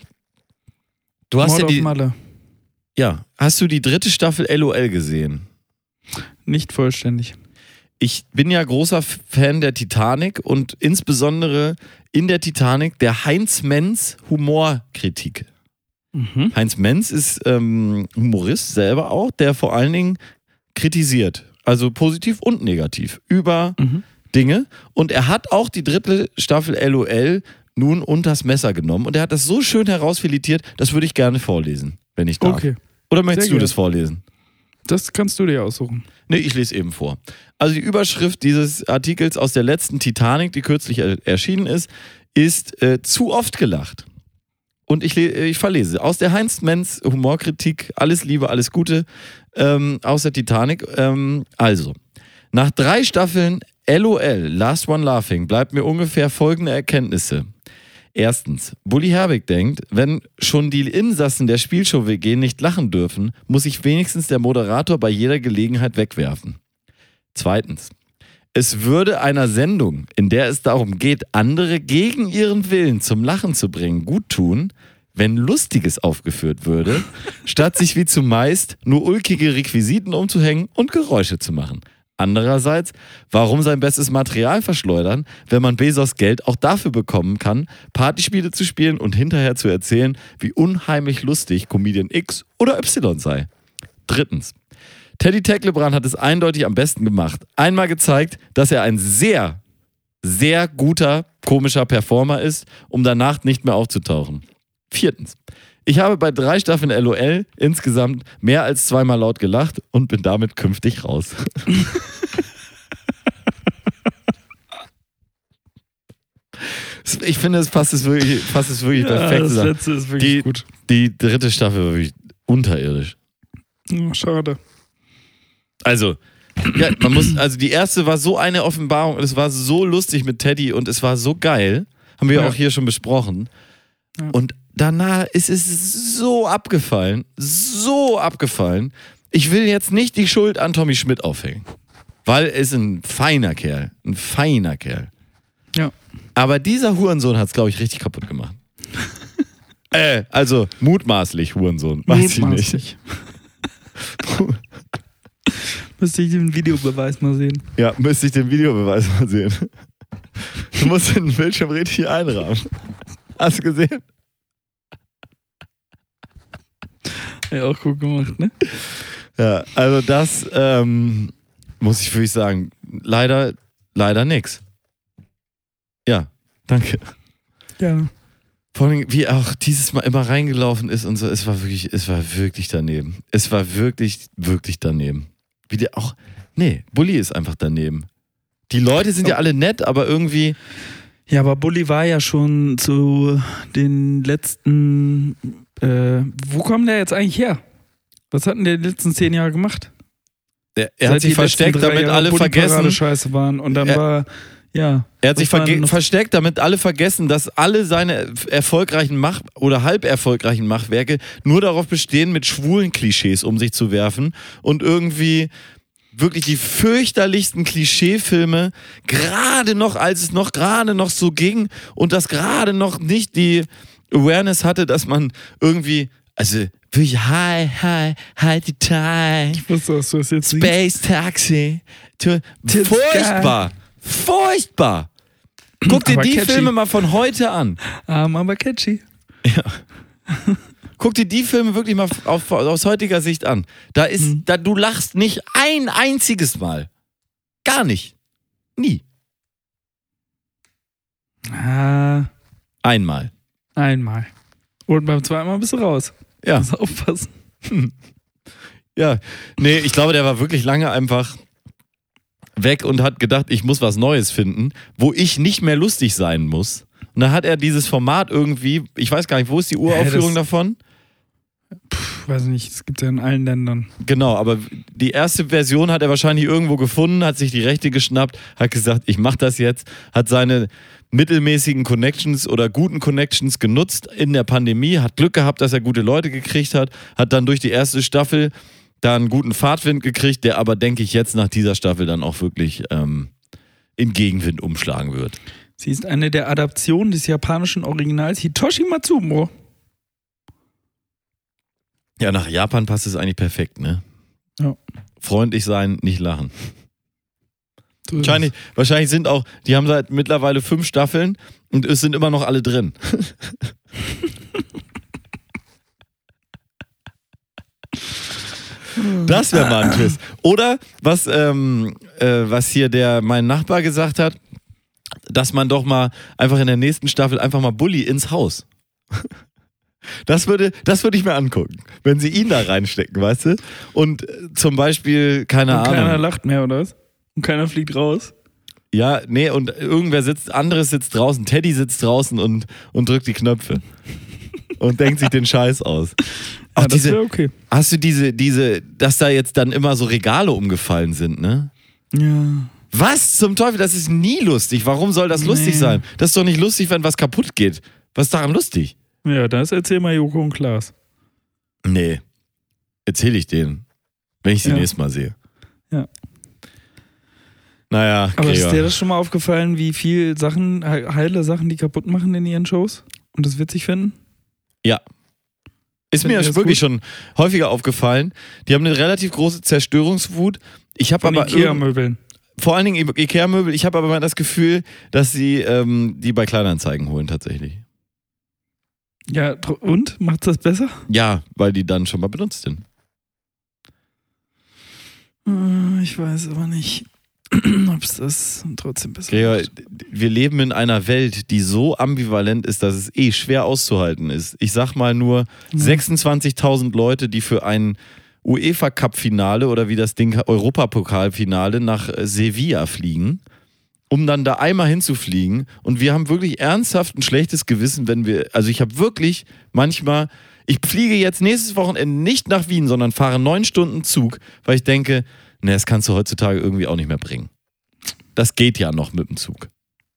Du hast Mord ja auf die. Malle. Ja. Hast du die dritte Staffel L O L gesehen? Nicht vollständig. Ich bin ja großer Fan der Titanic und insbesondere in der Titanic der Heinz Menz Humorkritik. Mhm. Heinz Menz ist ähm, Humorist selber auch, der vor allen Dingen kritisiert, also positiv und negativ, über Mhm. Dinge. Und er hat auch die dritte Staffel L O L nun unters Messer genommen und er hat das so schön herausfiletiert, das würde ich gerne vorlesen, wenn ich darf. Okay, Oder möchtest Sehr du gern. das vorlesen? das kannst du dir aussuchen. Nee, ich lese eben vor. Also die Überschrift dieses Artikels aus der letzten Titanic, die kürzlich er- erschienen ist, ist äh, zu oft gelacht. Und ich, le- ich verlese. Aus der Heinz Menz Humorkritik, alles Liebe, alles Gute, ähm, aus der Titanic. Ähm, also, nach drei Staffeln L O L, Last One Laughing, bleibt mir ungefähr folgende Erkenntnisse. Erstens, Bully Herbig denkt, wenn schon die Insassen der Spielshow-W G nicht lachen dürfen, muss sich wenigstens der Moderator bei jeder Gelegenheit wegwerfen. Zweitens, es würde einer Sendung, in der es darum geht, andere gegen ihren Willen zum Lachen zu bringen, gut tun, wenn Lustiges aufgeführt würde, statt sich wie zumeist nur ulkige Requisiten umzuhängen und Geräusche zu machen. Andererseits, warum sein bestes Material verschleudern, wenn man Bezos Geld auch dafür bekommen kann, Partyspiele zu spielen und hinterher zu erzählen, wie unheimlich lustig Comedian X oder Y sei. Drittens, Teddy Tecklebrand hat es eindeutig am besten gemacht. Einmal gezeigt, dass er ein sehr, sehr guter komischer Performer ist, um danach nicht mehr aufzutauchen. Viertens. Ich habe bei drei Staffeln L O L insgesamt mehr als zweimal laut gelacht und bin damit künftig raus. Ich finde, es passt es wirklich, passt es wirklich ja, perfekt das zusammen. letzte ist wirklich die, gut. Die dritte Staffel war wirklich unterirdisch. Oh, schade. Also, ja, man muss, also die erste war so eine Offenbarung und es war so lustig mit Teddy und es war so geil. Haben wir ja auch hier schon besprochen. Ja. Und danach ist es so abgefallen, so abgefallen. Ich will jetzt nicht die Schuld an Tommy Schmidt aufhängen, weil er ist ein feiner Kerl, ein feiner Kerl. Ja. Aber dieser Hurensohn hat es, glaube ich, richtig kaputt gemacht. äh, also mutmaßlich Hurensohn, weiß mutmaßlich. ich nicht. Müsste ich den Videobeweis mal sehen. Ja, müsste ich den Videobeweis mal sehen. Du musst den Bildschirm richtig einrahmen. Hast du gesehen? Ja, auch gut gemacht, ne? Ja, also das ähm, muss ich wirklich sagen, leider, leider nix. Ja, danke. Ja. Vor allem, wie auch dieses Mal immer reingelaufen ist und so, es war wirklich, es war wirklich daneben. Es war wirklich, wirklich daneben. Wie der auch, nee, Bulli ist einfach daneben. Die Leute sind ja alle nett, aber irgendwie... Ja, aber Bulli war ja schon zu den letzten, äh, wo kommt der jetzt eigentlich her? Was hat denn der die letzten zehn Jahre gemacht? Der, er hat sich versteckt, damit alle vergessen... Scheiße waren und dann er, war... Ja, er hat sich verge- versteckt, damit alle vergessen, dass alle seine erfolgreichen Mach- oder halb erfolgreichen Machwerke nur darauf bestehen, mit schwulen Klischees um sich zu werfen und irgendwie wirklich die fürchterlichsten Klischeefilme, gerade noch, als es noch gerade noch so ging und das gerade noch nicht die Awareness hatte, dass man irgendwie, also wirklich hi, hi, hi, die time, ich wusste, was du das jetzt Space Taxi, to, furchtbar. Furchtbar! Guck dir aber die catchy. Filme mal von heute an. Um, aber catchy. Ja. Guck dir die Filme wirklich mal auf, aus heutiger Sicht an. Da ist, mhm. da, du lachst nicht ein einziges Mal. Gar nicht. Nie. Ah. Einmal. Einmal. Und beim zweiten Mal bist du raus. Ja. Muss aufpassen. Ja. Nee, ich glaube, der war wirklich lange einfach weg und hat gedacht, ich muss was Neues finden, wo ich nicht mehr lustig sein muss. Und dann hat er dieses Format irgendwie, ich weiß gar nicht, wo ist die Uraufführung ja, davon? Puh, weiß nicht, es gibt ja in allen Ländern. Genau, aber die erste Version hat er wahrscheinlich irgendwo gefunden, hat sich die Rechte geschnappt, hat gesagt, ich mach das jetzt, hat seine mittelmäßigen Connections oder guten Connections genutzt in der Pandemie, hat Glück gehabt, dass er gute Leute gekriegt hat, hat dann durch die erste Staffel da einen guten Fahrtwind gekriegt, der aber, denke ich, jetzt nach dieser Staffel dann auch wirklich ähm, in Gegenwind umschlagen wird. Sie ist eine der Adaptionen des japanischen Originals Hitoshi Matsumo. Ja, nach Japan passt es eigentlich perfekt, ne? Ja. Freundlich sein, nicht lachen. Wahrscheinlich, wahrscheinlich sind auch, die haben seit mittlerweile fünf Staffeln und es sind immer noch alle drin. Das wäre mal ein Twist. Oder was, ähm, äh, was hier der mein Nachbar gesagt hat, dass man doch mal einfach in der nächsten Staffel einfach mal Bulli ins Haus. Das würde, das würde ich mir angucken, wenn sie ihn da reinstecken, weißt du? Und zum Beispiel, keine und Ahnung. Keiner lacht mehr, oder was? Und keiner fliegt raus? Ja, nee, und irgendwer sitzt, anderes sitzt draußen, Teddy sitzt draußen und, und drückt die Knöpfe. Und denkt sich den Scheiß aus. Auch ja, das diese, wäre okay. Hast du diese, diese, dass da jetzt dann immer so Regale umgefallen sind, ne? Ja. Was zum Teufel? Das ist nie lustig. Warum soll das lustig nee. sein? Das ist doch nicht lustig, wenn was kaputt geht. Was ist daran lustig? Ja, das erzähl mal Joko und Klaas. Nee. Erzähl ich denen, wenn ich sie ja. nächstes Mal sehe. Ja. Naja, aber Gregor. Ist dir das schon mal aufgefallen, wie viel Sachen, heile Sachen die kaputt machen in ihren Shows? Und das witzig finden? Ja. Ist Finden mir das wirklich gut? schon häufiger aufgefallen. Die haben eine relativ große Zerstörungswut. Ich habe aber Ikea-Möbeln. Vor allen Dingen Ikea-Möbel. Ich habe aber mal das Gefühl, dass sie ähm, die bei Kleinanzeigen holen tatsächlich. Ja, und? Macht's das besser? Ja, weil die dann schon mal benutzt sind. Ich weiß aber nicht. ob es das trotzdem besser Gregor, macht. wir leben in einer Welt, die so ambivalent ist, dass es eh schwer auszuhalten ist. Ich sag mal nur Ja. sechsundzwanzigtausend Leute, die für ein UEFA-Cup-Finale oder wie das Ding Europapokal-Finale nach Sevilla fliegen, um dann da einmal hinzufliegen. Und wir haben wirklich ernsthaft ein schlechtes Gewissen, wenn wir, also ich habe wirklich manchmal, ich fliege jetzt nächstes Wochenende nicht nach Wien, sondern fahre neun Stunden Zug, weil ich denke, ne, das kannst du heutzutage irgendwie auch nicht mehr bringen. Das geht ja noch mit dem Zug.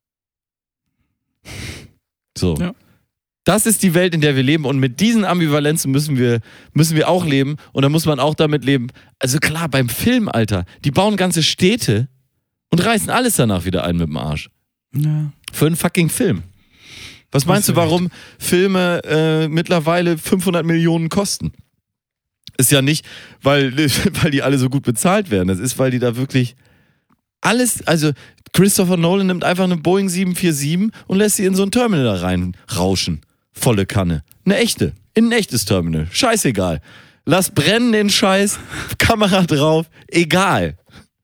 So. Ja. Das ist die Welt, in der wir leben, und mit diesen Ambivalenzen müssen wir, müssen wir auch leben, und da muss man auch damit leben. Also klar, beim Film, Alter, die bauen ganze Städte und reißen alles danach wieder ein mit dem Arsch. Ja. Für einen fucking Film. Was meinst du, warum Filme äh, mittlerweile fünfhundert Millionen kosten? Ist ja nicht, weil, weil die alle so gut bezahlt werden. Das ist, weil die da wirklich alles, also Christopher Nolan nimmt einfach eine Boeing sieben vier sieben und lässt sie in so ein Terminal da reinrauschen. Volle Kanne. Eine echte. In ein echtes Terminal. Scheißegal. Lass brennen den Scheiß, Kamera drauf, egal.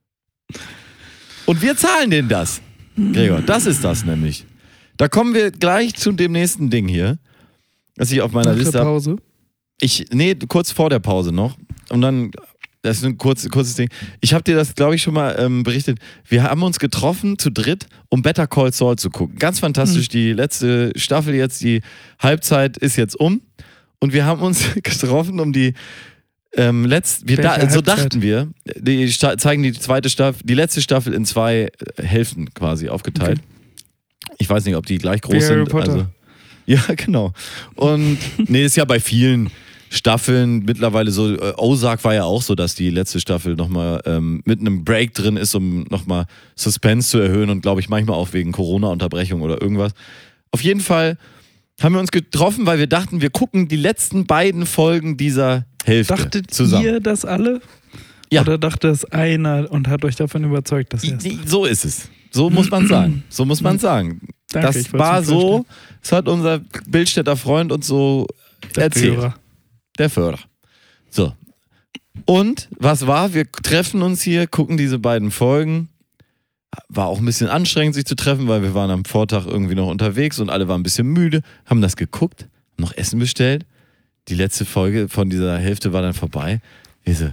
Und wir zahlen denen das. Gregor, das ist das nämlich. Da kommen wir gleich zu dem nächsten Ding hier, das ich auf meiner Nach Liste der habe. Pause. Ich, nee, kurz vor der Pause noch. Und dann, das ist ein kurz, kurzes Ding. Ich habe dir das, glaube ich, schon mal ähm, berichtet. Wir haben uns getroffen zu dritt, um Better Call Saul zu gucken. Ganz fantastisch. Mhm. Die letzte Staffel jetzt, die Halbzeit ist jetzt um. Und wir haben uns getroffen, um die ähm, letzte, wir da, so dachten wir, die zeigen die zweite Staffel, die letzte Staffel in zwei Hälften quasi aufgeteilt. Okay. Ich weiß nicht, ob die gleich groß Wie sind. Harry Potter. Also, ja, genau. Und nee, ist ja bei vielen Staffeln mittlerweile so. Äh, Ozark war ja auch so, dass die letzte Staffel nochmal ähm, mit einem Break drin ist, um nochmal Suspense zu erhöhen, und glaube ich manchmal auch wegen Corona-Unterbrechung oder irgendwas. Auf jeden Fall haben wir uns getroffen, weil wir dachten, wir gucken die letzten beiden Folgen dieser Hälfte Dachtet zusammen. ihr das alle? Ja. Oder dachte es einer und hat euch davon überzeugt, dass ihr es I- So ist es. So muss man sagen. So muss man sagen. Danke, das ich wollt's war nicht so, vorstellen. das hat unser Bildstädter Freund uns so Der erzählt. Führer. Der Förder. So. Und was war? Wir treffen uns hier, gucken diese beiden Folgen. War auch ein bisschen anstrengend, sich zu treffen, weil wir waren am Vortag irgendwie noch unterwegs und alle waren ein bisschen müde, haben das geguckt, haben noch Essen bestellt. Die letzte Folge von dieser Hälfte war dann vorbei. Wir so,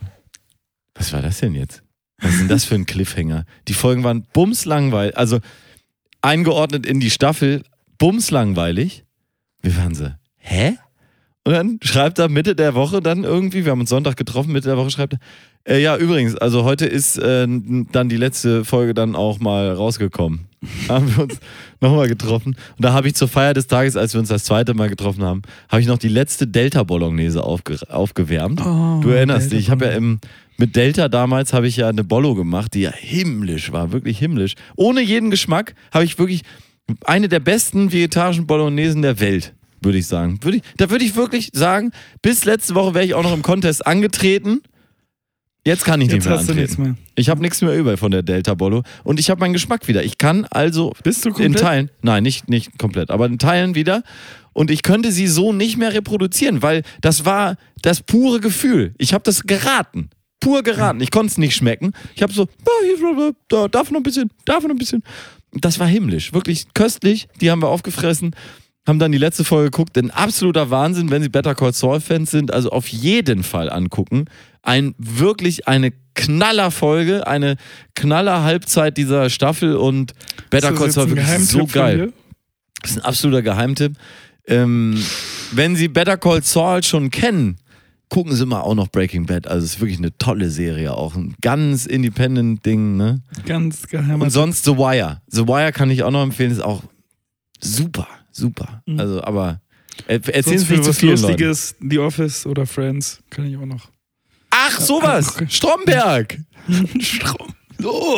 was war das denn jetzt? Was ist denn das für ein Cliffhanger? Die Folgen waren bumslangweilig, also eingeordnet in die Staffel, bumslangweilig. Wir waren so, hä? Und dann schreibt er Mitte der Woche dann irgendwie, wir haben uns Sonntag getroffen, Mitte der Woche schreibt er, äh, ja, übrigens, also heute ist äh, dann die letzte Folge dann auch mal rausgekommen. Haben wir uns nochmal getroffen. Und da habe ich zur Feier des Tages, als wir uns das zweite Mal getroffen haben, habe ich noch die letzte Delta-Bolognese aufge aufgewärmt. Oh, du erinnerst Delta dich, ich habe ja im, mit Delta damals habe ich ja eine Bollo gemacht, die ja himmlisch war, wirklich himmlisch. Ohne jeden Geschmack habe ich wirklich eine der besten vegetarischen Bolognesen der Welt, würde ich sagen. Würde ich, da würde ich wirklich sagen, bis letzte Woche wäre ich auch noch im Contest angetreten. Jetzt kann ich Jetzt nicht mehr hast du nichts antreten. mehr. Ich habe nichts mehr über von der Delta Bollo und ich habe meinen Geschmack wieder. Ich kann also Bist du in komplett? Teilen, nein, nicht, nicht komplett, aber in Teilen wieder, und ich könnte sie so nicht mehr reproduzieren, weil das war das pure Gefühl. Ich habe das geraten. Pur geraten. Ich konnte es nicht schmecken. Ich habe so, ah, hier, da, darf noch ein bisschen, darf noch ein bisschen. Das war himmlisch, wirklich köstlich. Die haben wir aufgefressen, haben dann die letzte Folge geguckt. Ein absoluter Wahnsinn, wenn Sie Better Call Saul Fans sind. Also auf jeden Fall angucken. Ein wirklich eine Knallerfolge, eine Knaller-Halbzeit dieser Staffel, und Better Ist das Call jetzt Saul ein wirklich Geheimtipp so von geil. dir? Das ist ein absoluter Geheimtipp. Ähm, wenn Sie Better Call Saul schon kennen, gucken Sie mal auch noch Breaking Bad. Also es ist wirklich eine tolle Serie, auch ein ganz independent Ding, ne? Ganz geheim. Und sonst The Wire. The Wire kann ich auch noch empfehlen, ist auch super, super. Mhm. Also, aber er, erzählen sonst Sie nicht für zu was vielen Leuten. Lustiges, The Office oder Friends, kann ich auch noch. Ach, sowas! okay. Stromberg! Strom. Oh.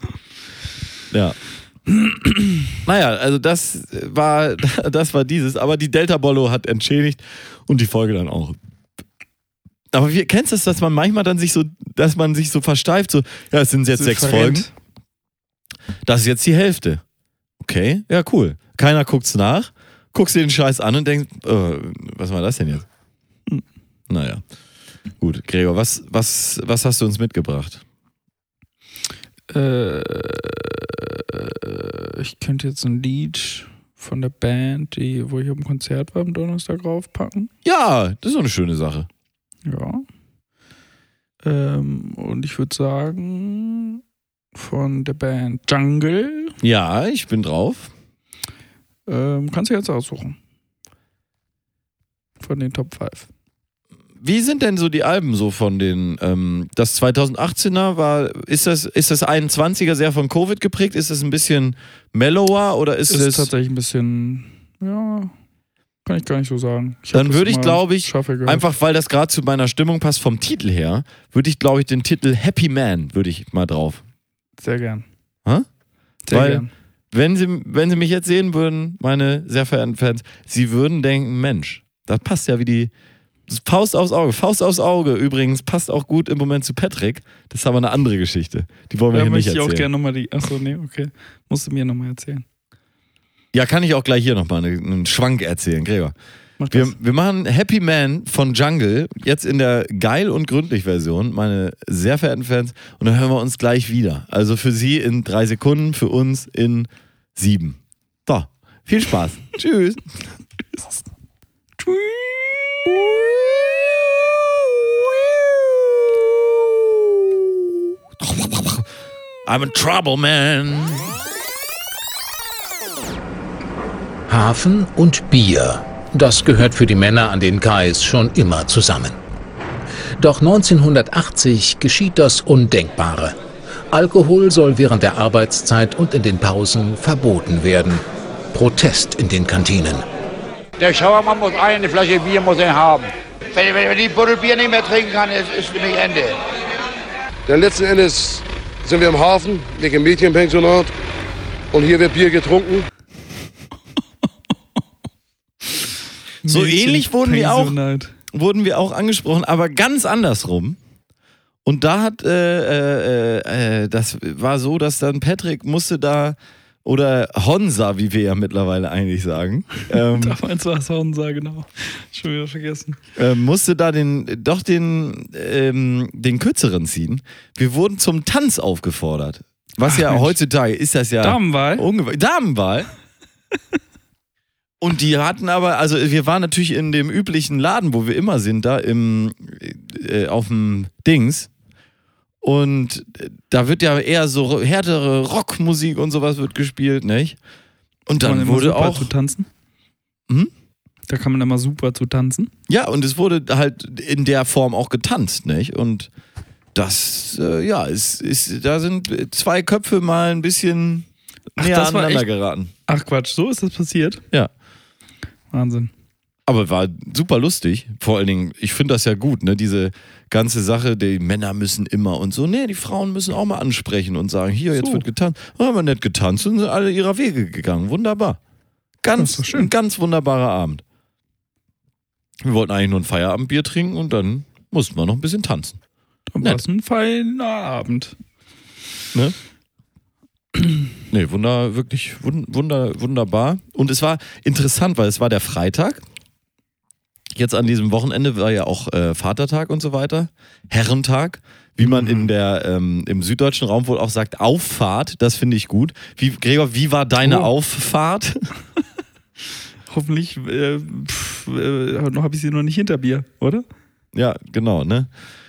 Ja. Naja, also das war, das war dieses, aber die Delta Bollo hat entschädigt und die Folge dann auch. Aber wie kennst du das, dass man manchmal dann sich so, dass man sich so versteift, so, ja, es sind jetzt So sechs verrennt. Folgen, das ist jetzt die Hälfte. Okay, ja, cool. Keiner guckt's nach, guckst dir den Scheiß an und denkst, äh, was war das denn jetzt? Hm. Naja. Gut, Gregor, was, was, was hast du uns mitgebracht? Äh, ich könnte jetzt ein Lied von der Band, die, wo ich auf dem Konzert war, am Donnerstag raufpacken. Ja, das ist doch eine schöne Sache. Ja. Ähm, und ich würde sagen, von der Band Jungle. Ja, ich bin drauf. Ähm, kannst du jetzt aussuchen. Von den Top fünf. Wie sind denn so die Alben so von den, ähm, das zweitausendachtzehner war, ist das, ist das einundzwanziger sehr von Covid geprägt? Ist das ein bisschen mellower oder ist es... Ist tatsächlich ein bisschen, ja, kann ich gar nicht so sagen. Ich Dann würde ich, glaube ich, Shuffle gehört. einfach weil das gerade zu meiner Stimmung passt vom Titel her, würde ich, glaube ich, den Titel Happy Man, würde ich mal drauf. Sehr gern. Hä? Sehr Weil, gern. wenn sie, wenn sie mich jetzt sehen würden, meine sehr verehrten Fans, sie würden denken, Mensch, das passt ja wie die Faust aufs Auge. Faust aufs Auge übrigens passt auch gut im Moment zu Patrick. Das ist aber eine andere Geschichte. Die wollen wir Da hier nicht möchte ich erzählen. auch gerne nochmal die, achso, nee, okay. Musst du mir nochmal erzählen. Ja, kann ich auch gleich hier nochmal einen, einen Schwank erzählen, Gregor. Mach das. Wir, wir machen Happy Man von Jungle, jetzt in der geil und gründlich Version, meine sehr verehrten Fans. Und dann hören wir uns gleich wieder. Also für Sie in drei Sekunden, für uns in sieben. So, viel Spaß. Tschüss. I'm in trouble, man. Hafen und Bier, das gehört für die Männer an den Kais schon immer zusammen. Doch neunzehnhundertachtzig geschieht das Undenkbare. Alkohol soll während der Arbeitszeit und in den Pausen verboten werden. Protest in den Kantinen. Der Schauermann muss eine Flasche Bier muss er haben. Wenn, wenn, wenn die Buddel Bier nicht mehr trinken kann, ist, ist nämlich Ende. Denn letzten Endes sind wir im Hafen, nicht im Mädchenpensionat. Und hier wird Bier getrunken. So ähnlich wurden wir auch, Pensionat. wurden wir auch angesprochen, aber ganz andersrum. Und da hat, äh, äh, äh, das war so, dass dann Patrick musste da, oder Honsa, wie wir ja mittlerweile eigentlich sagen, ähm, Damals war es Honsa, genau. Schon wieder vergessen. äh, musste da den, doch den, ähm, den kürzeren ziehen. Wir wurden zum Tanz aufgefordert. Was Ach, ja Mensch. heutzutage ist das ja... Damenwahl? Unge- Damenwahl. Und die hatten aber, also wir waren natürlich in dem üblichen Laden, wo wir immer sind, da im, äh, auf dem Dings. Und da wird ja eher so härtere Rockmusik und sowas wird gespielt, nicht? Und Kann man dann immer wurde super auch... zu tanzen? Hm? Da kann man immer super zu tanzen. Ja, und es wurde halt in der Form auch getanzt, nicht? Und das, äh, ja, ist, ist, da sind zwei Köpfe mal ein bisschen Ach, näher das war aneinander echt- geraten. Ach Quatsch, so ist das passiert? Ja. Wahnsinn. Aber war super lustig. Vor allen Dingen, ich finde das ja gut, ne? Diese ganze Sache, die Männer müssen immer und so. Nee, die Frauen müssen auch mal ansprechen und sagen, hier, jetzt So. wird getanzt. Haben wir nicht getanzt und sind alle ihrer Wege gegangen. Wunderbar. Das Ganz, ist doch schön. ein ganz wunderbarer Abend. Wir wollten eigentlich nur ein Feierabendbier trinken und dann mussten wir noch ein bisschen tanzen. Dann Nett. war es ein feiner Abend. Ne? Nee, wunder, wirklich wund- wunder, wunderbar. Und es war interessant, weil es war der Freitag. Jetzt an diesem Wochenende war ja auch äh, Vatertag und so weiter. Herrentag, wie man in der, ähm, im süddeutschen Raum wohl auch sagt, Auffahrt. Das finde ich gut. Wie, Gregor, wie war deine Oh. Auffahrt? Hoffentlich äh, pff, äh, noch habe ich sie noch nicht hinter Bier, oder? Ja, genau, ne?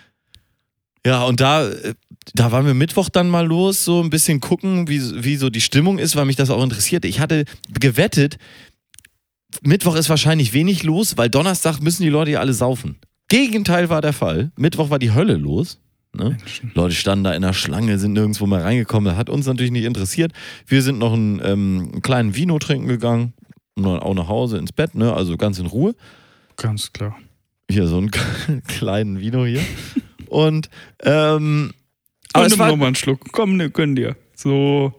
Ja, und da, äh, da waren wir Mittwoch dann mal los, so ein bisschen gucken, wie, wie so die Stimmung ist, weil mich das auch interessiert. Ich hatte gewettet, Mittwoch ist wahrscheinlich wenig los, weil Donnerstag müssen die Leute ja alle saufen. Gegenteil war der Fall. Mittwoch war die Hölle los. Ne? Leute standen da in der Schlange, sind nirgendwo mehr reingekommen. Das hat uns natürlich nicht interessiert. Wir sind noch einen, ähm, einen kleinen Vino trinken gegangen und dann auch nach Hause ins Bett, ne? Also ganz in Ruhe. Ganz klar. Hier so einen kleinen Vino hier. Und ähm, aber Aber es nimm war, noch mal einen Schluck. Komm, ne, gönn dir. So.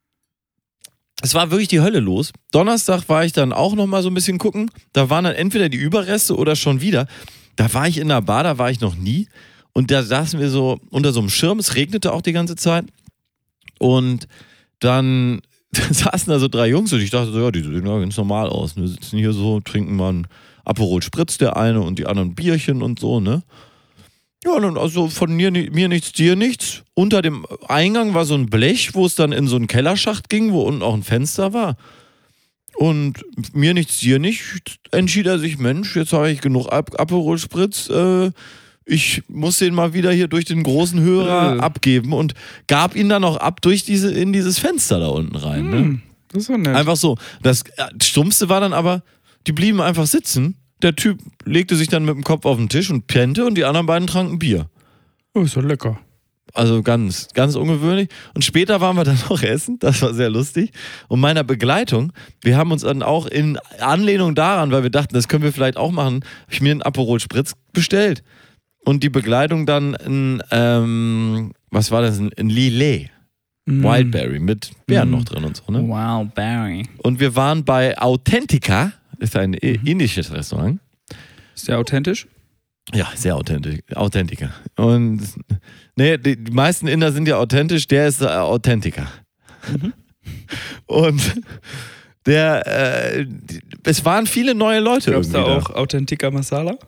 es war wirklich die Hölle los. Donnerstag war ich dann auch noch mal so ein bisschen gucken. Da waren dann entweder die Überreste oder schon wieder. Da war ich in der Bar, da war ich noch nie. Und da saßen wir so unter so einem Schirm. Es regnete auch die ganze Zeit. Und dann saßen da so drei Jungs und ich dachte so, ja, die sehen ja ganz normal aus. Wir sitzen hier so, trinken mal einen Aperol Spritz, der eine und die anderen Bierchen und so, ne? Ja, und also von mir, mir nichts, dir nichts. Unter dem Eingang war so ein Blech, wo es dann in so einen Kellerschacht ging, wo unten auch ein Fenster war. Und mir nichts, dir nicht, entschied er sich, Mensch, jetzt habe ich genug Ap- Aperol Spritz, äh, ich muss den mal wieder hier durch den großen Hörer äh. abgeben und gab ihn dann auch ab durch diese, in dieses Fenster da unten rein. Hm, ne? Das ist doch nett. Einfach so. Das Stumpfste war dann aber, die blieben einfach sitzen. Der Typ legte sich dann mit dem Kopf auf den Tisch und pennte und die anderen beiden tranken Bier. Oh, ist doch lecker. Also ganz, ganz ungewöhnlich. Und später waren wir dann noch essen, das war sehr lustig. Und meiner Begleitung, wir haben uns dann auch in Anlehnung daran, weil wir dachten, das können wir vielleicht auch machen, habe ich mir einen Aperol Spritz bestellt. Und die Begleitung dann ein, ähm, was war das, ein, ein Lillet. Mm. Wildberry mit Beeren mm. noch drin und so. Ne? Wow, Berry. Und wir waren bei Authentica, ist ein mhm. indisches Restaurant. Ist der authentisch? Ja, sehr authentisch. Authentica. Und nee, die, die meisten Inder sind ja authentisch, der ist äh, Authentica. Mhm. Und der, äh, die, es waren viele neue Leute. Gab es da auch da. Authentica Masala?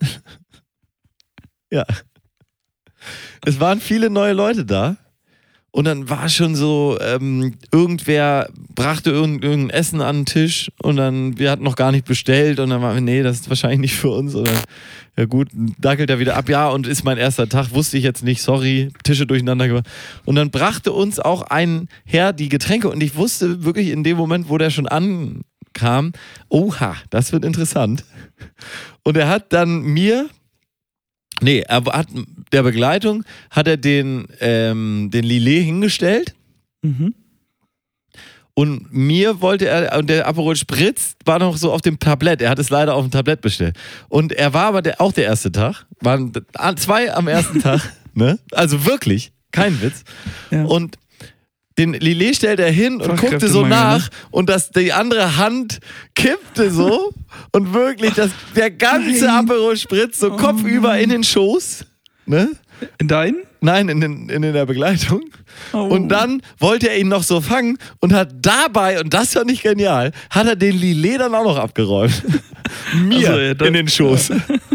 Ja. Es waren viele neue Leute da. Und dann war schon so, ähm, irgendwer brachte irgend, irgendein Essen an den Tisch und dann, wir hatten noch gar nicht bestellt und dann waren wir, nee, das ist wahrscheinlich nicht für uns. Und dann, ja gut, dackelt er wieder ab, ja, und ist mein erster Tag, wusste ich jetzt nicht, sorry, Tische durcheinander gemacht. Und dann brachte uns auch ein Herr die Getränke und ich wusste wirklich in dem Moment, wo der schon ankam, oha, das wird interessant. Und er hat dann mir Nee, er hat der Begleitung hat er den, ähm, den Lillet hingestellt mhm. und mir wollte er, und der Aperol Spritz war noch so auf dem Tablett, er hat es leider auf dem Tablett bestellt und er war aber der, auch der erste Tag, waren zwei am ersten Tag, ne? Also wirklich, kein Witz ja. Und den Lillet stellt er hin und guckte so nach und das, die andere Hand kippte so und wirklich das, der ganze Aperol Spritz so oh kopfüber Mann. In den Schoß. Ne? In deinen? Nein, in, den, in der Begleitung. Oh. Und dann wollte er ihn noch so fangen und hat dabei, und das war nicht genial, hat er den Lillet dann auch noch abgeräumt. Mir also, ja, in den Schoß.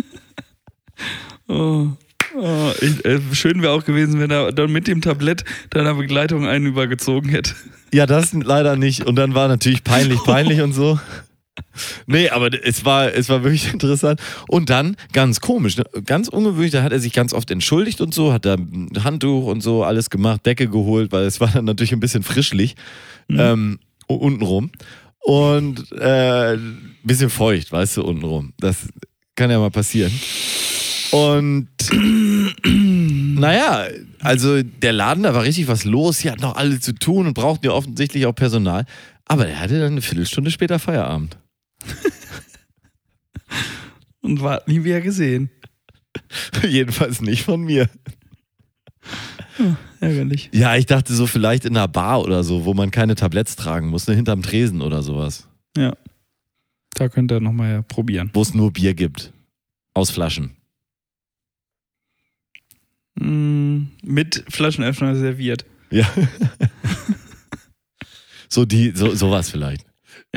Oh. Oh, ich, äh, schön wäre auch gewesen, wenn er dann mit dem Tablett deiner Begleitung einen übergezogen hätte. Ja, das leider nicht. Und dann war natürlich peinlich, peinlich und so. Nee, aber es war, es war wirklich interessant. Und dann, ganz komisch, ne? Ganz ungewöhnlich, da hat er sich ganz oft entschuldigt und so, hat da ein Handtuch und so alles gemacht, Decke geholt, weil es war dann natürlich ein bisschen frischlich mhm. ähm, untenrum. Und äh, ein bisschen feucht, weißt du, untenrum. Das kann ja mal passieren. Und naja, also der Laden, da war richtig was los, die hatten noch alle zu tun und brauchten ja offensichtlich auch Personal. Aber der hatte dann eine Viertelstunde später Feierabend. Und war nie wieder gesehen. Jedenfalls nicht von mir. Hm, ärgerlich. Ja, ich dachte so vielleicht in einer Bar oder so, wo man keine Tabletts tragen muss, ne, hinterm Tresen oder sowas. Ja, da könnt ihr nochmal probieren. Wo es nur Bier gibt. Aus Flaschen. Mm, mit Flaschenöffner serviert. Ja. so die, so, sowas vielleicht. Ja.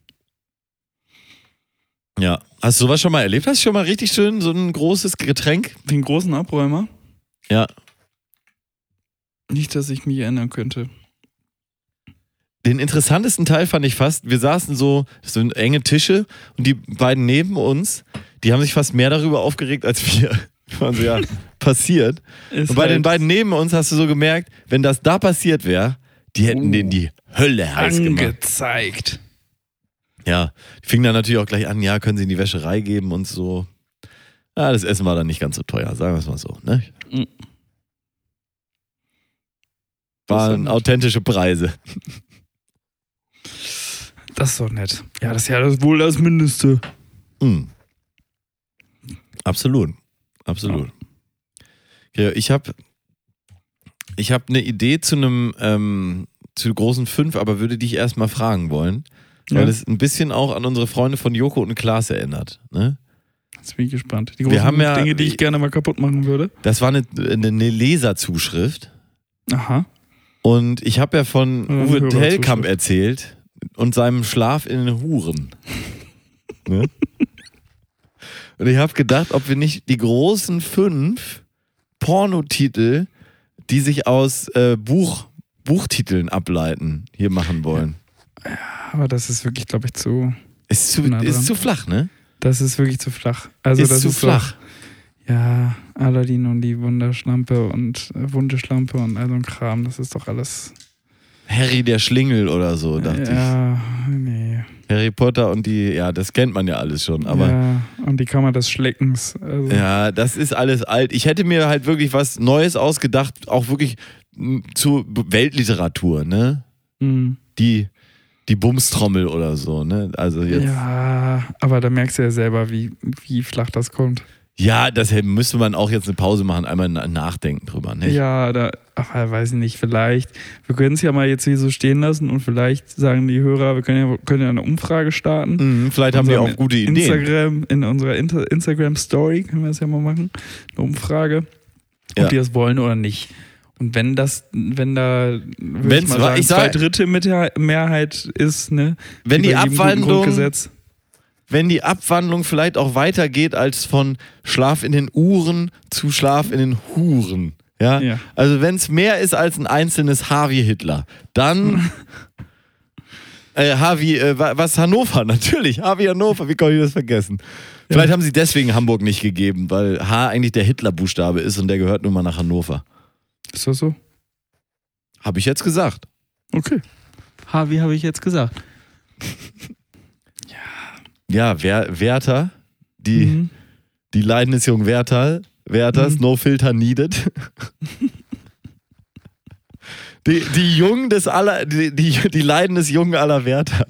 Ja. Hast du sowas schon mal erlebt? Hast du schon mal richtig schön so ein großes Getränk? Den großen Abräumer? Ja. Nicht, dass ich mich erinnern könnte. Den interessantesten Teil fand ich fast, wir saßen so, so enge Tische und die beiden neben uns, die haben sich fast mehr darüber aufgeregt als wir. Also ja, passiert. Ist und bei halt den beiden neben uns hast du so gemerkt, wenn das da passiert wäre, die hätten uh, denen die Hölle heiß gemacht. Angezeigt. Ja, die fingen dann natürlich auch gleich an, ja, können sie in die Wäscherei geben und so. Ja, das Essen war dann nicht ganz so teuer, sagen wir es mal so, ne? Mhm. Waren authentische Preise. Das ist doch nett. Ja, das ist ja das wohl das Mindeste. Mhm. Absolut. Absolut. Ja. Ich habe ich hab eine Idee zu einem ähm, zu großen fünf, aber würde dich erstmal fragen wollen, weil ja. es ein bisschen auch an unsere Freunde von Joko und Klaas erinnert. Ne? Jetzt bin ich gespannt. Die großen Wir haben ja, Dinge, die ich gerne mal kaputt machen würde. Das war eine, eine Leserzuschrift. Aha. Und ich habe ja von ja, Uwe Tellkamp erzählt und seinem Schlaf in den Huren. Ne? Und ich habe gedacht, ob wir nicht die großen fünf Pornotitel, die sich aus äh, Buch, Buchtiteln ableiten, hier machen wollen. Ja, aber das ist wirklich, glaube ich, zu... Ist zu, nah dran. ist zu flach, ne? Das ist wirklich zu flach. Also ist das zu ist flach. So, ja, Aladdin und die Wunderschlampe und äh, Wundeschlampe und all so ein Kram, das ist doch alles... Harry der Schlingel oder so, dachte ich. Ja, nee. Harry Potter und die, ja, das kennt man ja alles schon, aber... Ja, und die Kammer des Schleckens. Also. Ja, das ist alles alt. Ich hätte mir halt wirklich was Neues ausgedacht, auch wirklich m, zu Weltliteratur, ne? Mhm. Die, die Bumstrommel oder so, ne? Also jetzt. Ja, aber da merkst du ja selber, wie, wie flach das kommt. Ja, das müsste man auch jetzt eine Pause machen, einmal nachdenken drüber, ne? Ja, da, ach, weiß ich nicht, vielleicht. Wir können es ja mal jetzt hier so stehen lassen und vielleicht sagen die Hörer, wir können ja, können ja eine Umfrage starten. Mhm, vielleicht haben wir auch gute Ideen. Instagram, in unserer Inter- Instagram-Story können wir das ja mal machen. Eine Umfrage, ob Ja. die das wollen oder nicht. Und wenn das, wenn da würde Wenn's ich mal wa- sagen, ich sag- zwei Dritte mit der Mehrheit ist, ne? Wenn wie die bei jedem guten Abwandlung- Grundgesetz. Wenn die Abwandlung vielleicht auch weitergeht als von Schlaf in den Uhren zu Schlaf in den Huren. Ja? Ja. Also wenn es mehr ist als ein einzelnes H wie Hitler, dann äh, H wie, äh, wa- was Hannover, natürlich, H wie Hannover, wie kann ich das vergessen? Vielleicht haben sie deswegen Hamburg nicht gegeben, weil H eigentlich der Hitler-Buchstabe ist und der gehört nun mal nach Hannover. Ist das so? Habe ich jetzt gesagt. Okay. Ha, wie habe ich jetzt gesagt? Ja, Wer Werther, die, Mhm. die Leiden des jungen Werther, Werthers, Mhm. no filter needed. Die, die Jungen des aller, die, die, die Leiden des jungen aller Werthers.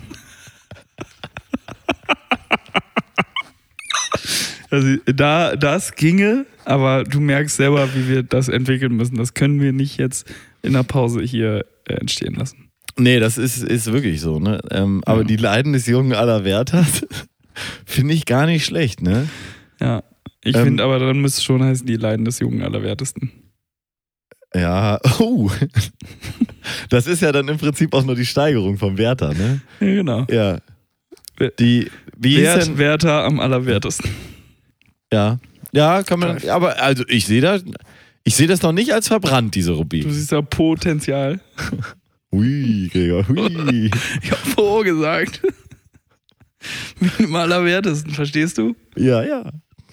Also da, das ginge, aber du merkst selber, wie wir das entwickeln müssen. Das können wir nicht jetzt in der Pause hier äh, entstehen lassen. Nee, das ist, ist wirklich so, ne? Ähm, aber Ja. die Leiden des jungen aller Werthers finde ich gar nicht schlecht, ne? Ja, ich Ähm, finde aber, dann müsste es schon heißen, die Leiden des Jungen Allerwertesten. Ja, oh. Das ist ja dann im Prinzip auch nur die Steigerung vom Werther, ne? Ja, genau. Ja. Wer- Die, wie ist Wert, denn, Werther am Allerwertesten. ja. Ja, kann man, aber also ich sehe das, ich sehe das noch nicht als verbrannt, diese Du Rubrik. siehst ja Potenzial. Hui, Gregor, hui. Ich habe vor gesagt. Mit dem Allerwertesten, verstehst du? Ja, ja.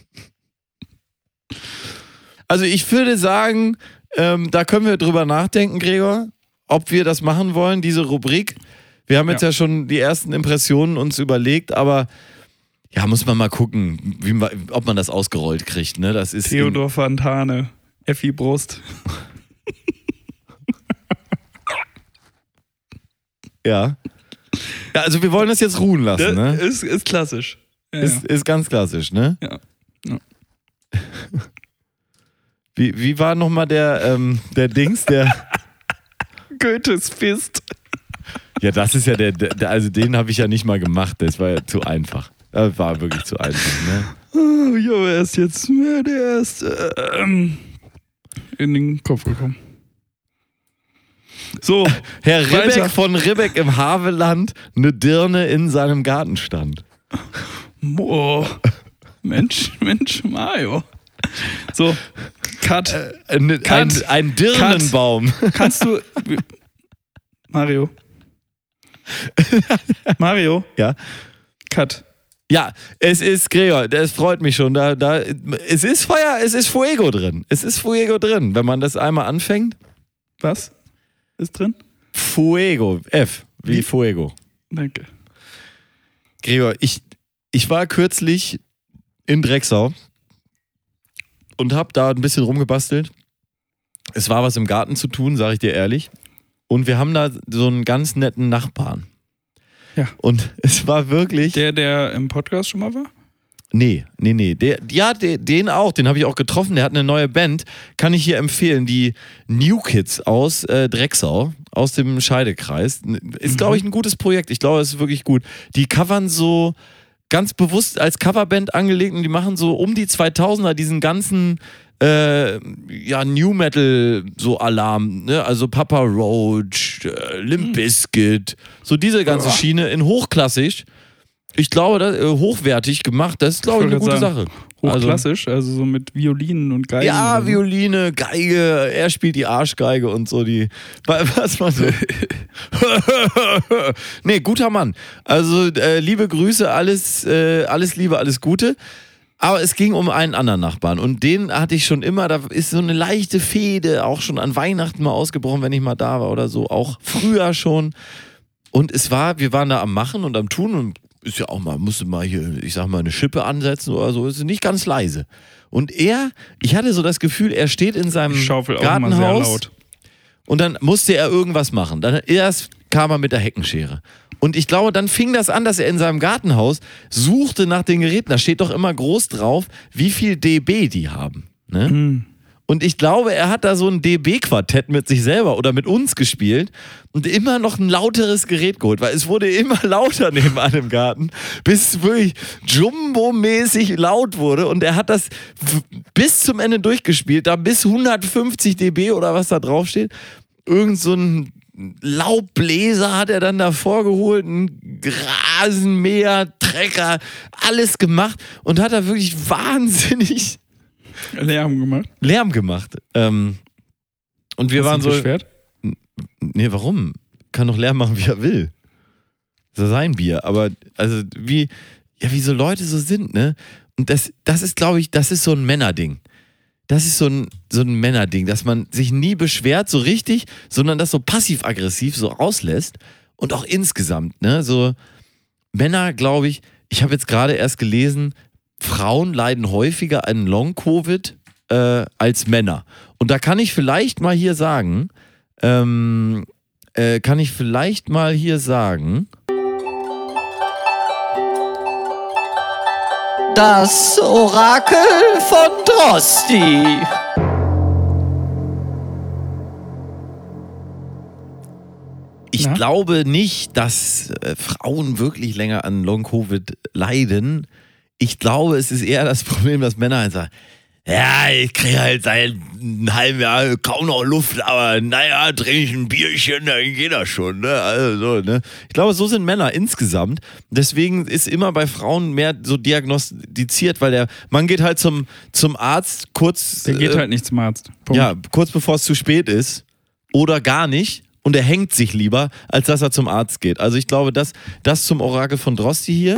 Also ich würde sagen, ähm, da können wir drüber nachdenken, Gregor, ob wir das machen wollen, diese Rubrik. Wir haben jetzt ja, Ja. schon die ersten Impressionen uns überlegt, aber ja, muss man mal gucken, wie man, ob man das ausgerollt kriegt. Ne? Das ist Theodor Fontane, Effi Brust. ja. Ja, also wir wollen das jetzt ruhen lassen, Das ne? ist, ist klassisch. Ja, Ist, ist ganz klassisch, ne? Ja. Ja. Wie, wie war nochmal der, ähm, der Dings, der. ja. Goethes Fist. Ja, das ist ja der, der also den habe ich ja nicht mal gemacht, das war ja zu einfach. Das war wirklich zu einfach, ne? Oh, ich habe erst jetzt mir der erst ähm, in den Kopf gekommen. So, Herr Weiter. Ribbeck von Ribbeck im Havelland, eine Dirne in seinem Garten stand. boah. Mensch, Mensch, Mario. So, Cut. Ein, ein, Cut. ein Dirnenbaum. Kannst du. Mario. Mario. Ja. Cut. Ja, es ist, Gregor, das freut mich schon. Da, da, es ist Feuer, es ist Fuego drin. Es ist Fuego drin. Wenn man das einmal anfängt. Was ist drin? Fuego. F, wie, Wie? Fuego. Danke. Gregor, ich, ich war kürzlich in Drecksau und habe da ein bisschen rumgebastelt. Es war was im Garten zu tun, sage ich dir ehrlich. Und wir haben da so einen ganz netten Nachbarn. Ja. Und es war wirklich... Der, der im Podcast schon mal war? Nee, nee, nee. Der, ja, der, den auch. Den habe ich auch getroffen. Der hat eine neue Band. Kann ich hier empfehlen. Die New Kids aus äh, Drecksau, aus dem Scheidekreis. Ist, glaube ich, ein gutes Projekt. Ich glaube, es ist wirklich gut. Die covern so ganz bewusst als Coverband angelegt und die machen so um die zweitausender diesen ganzen äh, ja, New Metal so Alarm. Ne? Also Papa Roach, äh, Limp Bizkit. So diese ganze Schiene in hochklassig. Ich glaube, das, äh, hochwertig gemacht, das ist, glaube ich, eine gute sagen, Sache. Hochklassisch, also, also so mit Violinen und Geigen. Ja, so. Violine, Geige, er spielt die Arschgeige und so die. Was man so. Nee, guter Mann. Also, äh, liebe Grüße, alles, äh, alles Liebe, alles Gute. Aber es ging um einen anderen Nachbarn und den hatte ich schon immer, da ist so eine leichte Fehde, auch schon an Weihnachten mal ausgebrochen, wenn ich mal da war oder so, auch früher schon. Und es war, wir waren da am Machen und am Tun und ist ja auch mal, musste mal hier, ich sag mal, eine Schippe ansetzen oder so, ist nicht ganz leise. Und er, ich hatte so das Gefühl, er steht in seinem Ich schaufel auch Gartenhaus immer sehr laut. und dann musste er irgendwas machen. Dann erst kam er mit der Heckenschere. Und ich glaube, dann fing das an, dass er in seinem Gartenhaus suchte nach den Geräten. Da steht doch immer groß drauf, wie viel dB die haben. Ne? Mhm. Und ich glaube, er hat da so ein dB-Quartett mit sich selber oder mit uns gespielt und immer noch ein lauteres Gerät geholt, weil es wurde immer lauter nebenan im Garten, bis es wirklich Jumbo-mäßig laut wurde und er hat das bis zum Ende durchgespielt, da bis hundertfünfzig dB oder was da drauf steht. Irgend so ein Laubbläser hat er dann davor geholt, ein Rasenmäher, Trecker, alles gemacht und hat da wirklich wahnsinnig Lärm gemacht. Lärm gemacht. Ähm, und wir Hast waren du dich so. beschwert? Nee, warum? Kann doch Lärm machen, wie er will. Das ist sein Bier. Aber, also, wie, ja, wie so Leute so sind, ne? Und das, das ist, glaube ich, das ist so ein Männerding. Das ist so ein, so ein Männerding, dass man sich nie beschwert, so richtig, sondern das so passiv-aggressiv so rauslässt. Und auch insgesamt, ne? So, Männer, glaube ich, ich habe jetzt gerade erst gelesen, Frauen leiden häufiger an Long-Covid äh, als Männer. Und da kann ich vielleicht mal hier sagen, ähm, äh, kann ich vielleicht mal hier sagen, Das Orakel von Drosti. ich Na? glaube nicht, dass äh, Frauen wirklich länger an Long-Covid leiden. Ich glaube, es ist eher das Problem, dass Männer halt sagen, ja, ich kriege halt seit einem halben Jahr kaum noch Luft, aber naja, trinke ich ein Bierchen, dann geht das schon. Ne? Also, so, ne? Ich glaube, so sind Männer insgesamt. Deswegen ist immer bei Frauen mehr so diagnostiziert, weil der Mann geht halt zum, zum Arzt kurz. Der geht äh, halt nicht zum Arzt. Punkt. Ja, kurz bevor es zu spät ist oder gar nicht. Und er hängt sich lieber, als dass er zum Arzt geht. Also ich glaube, das, das zum Orakel von Drosti hier.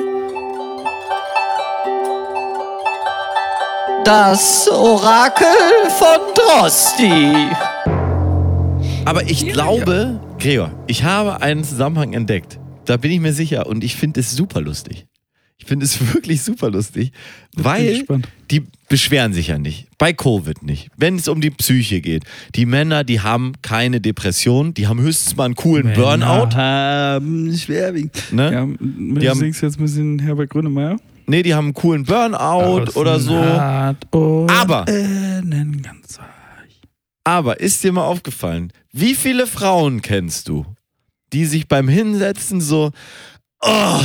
Das Orakel von Drosti. Aber ich glaube, Gregor, ich habe einen Zusammenhang entdeckt. Da bin ich mir sicher und ich finde es super lustig. Ich finde es wirklich super lustig, weil die beschweren sich ja nicht. Bei Covid nicht. Wenn es um die Psyche geht. Die Männer, die haben keine Depression, die haben höchstens mal einen coolen Burnout. Haben schwerwiegend. Ne? Ja, Die du haben- singst jetzt ein bisschen Herbert Grönemeyer. Nee, die haben einen coolen Burnout oder so. Aber- Ganz Aber ist dir mal aufgefallen, wie viele Frauen kennst du, die sich beim Hinsetzen so oh,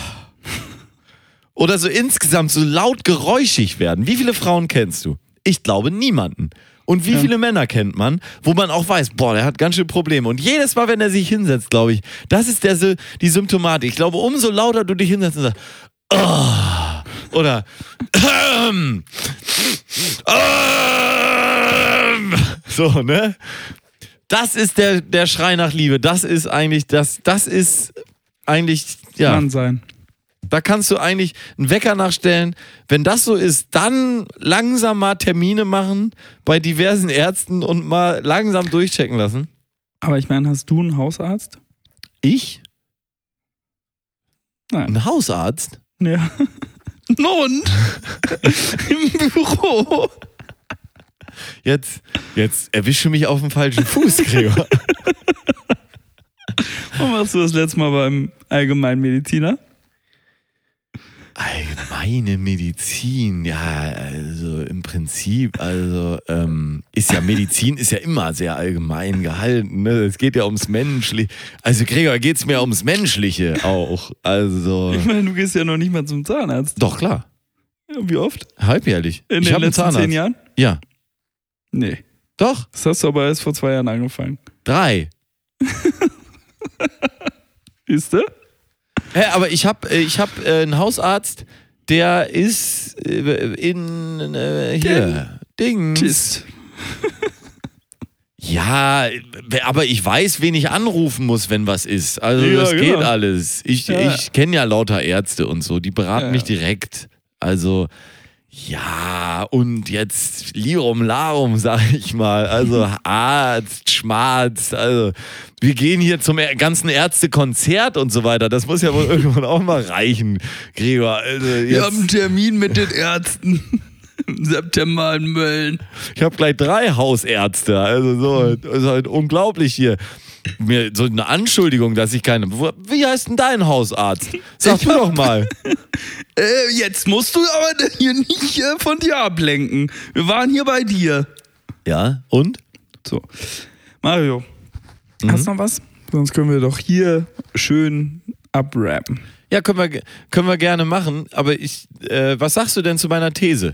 oder so insgesamt so laut geräuschig werden? Wie viele Frauen kennst du? Ich glaube niemanden. Und wie Ja. viele Männer kennt man, wo man auch weiß, boah, der hat ganz schön Probleme. Und jedes Mal, wenn er sich hinsetzt, glaube ich, das ist der, Sy- die Symptomatik. Ich glaube, umso lauter du dich hinsetzt und sagst, oh, oder ähm, ähm, so, ne? Das ist der, der Schrei nach Liebe. Das ist eigentlich, das, das ist eigentlich, ja. Mann sein. Da kannst du eigentlich einen Wecker nachstellen. Wenn das so ist, dann langsam mal Termine machen bei diversen Ärzten und mal langsam durchchecken lassen. Aber ich meine, hast du einen Hausarzt? Ich? Nein. Ein Hausarzt? Ja. Und? Im Büro. Jetzt, jetzt erwische mich auf dem falschen Fuß, Gregor. Wann warst du das letzte Mal beim Allgemeinmediziner? Allgemeine Medizin, ja, also im Prinzip, also ähm, ist ja Medizin ist ja immer sehr allgemein gehalten, ne? Es geht ja ums Menschliche. Also Gregor, geht es mir ums Menschliche auch. Also. Ich meine, du gehst ja noch nicht mal zum Zahnarzt. Doch, klar. Wie oft? Halbjährlich. In ich den hab einen letzten Zahnarzt. zehn Jahren? Ja. Nee. Doch. Das hast du aber erst vor zwei Jahren angefangen. Drei. Siehst du? Hä, aber ich habe ich hab, äh, einen Hausarzt, der ist äh, in äh, hier, Dings. Tschüss. Ja, aber ich weiß, wen ich anrufen muss, wenn was ist. Also Ja, das genau. geht alles. Ich, Ja. ich kenne ja lauter Ärzte und so, die beraten Ja. mich direkt. Also ja, und jetzt Lirum Larum, sag ich mal. Also Arzt, Schmarz, also wir gehen hier zum ganzen Ärztekonzert und so weiter. Das muss ja wohl irgendwann auch mal reichen, Gregor. Also Wir jetzt, haben einen Termin mit den Ärzten. Im September in Mölln. ich habe gleich drei Hausärzte. Also so, das ist halt unglaublich hier. Mir so eine Anschuldigung, dass ich keine. Wie heißt denn dein Hausarzt? Sag du doch mal. Äh, jetzt musst du aber hier nicht äh, von dir ablenken. Wir waren hier bei dir. Ja, und? So. Mario, hast du noch was? Sonst können wir doch hier schön abrappen. Ja, können wir, können wir gerne machen. Aber ich, äh, was sagst du denn zu meiner These?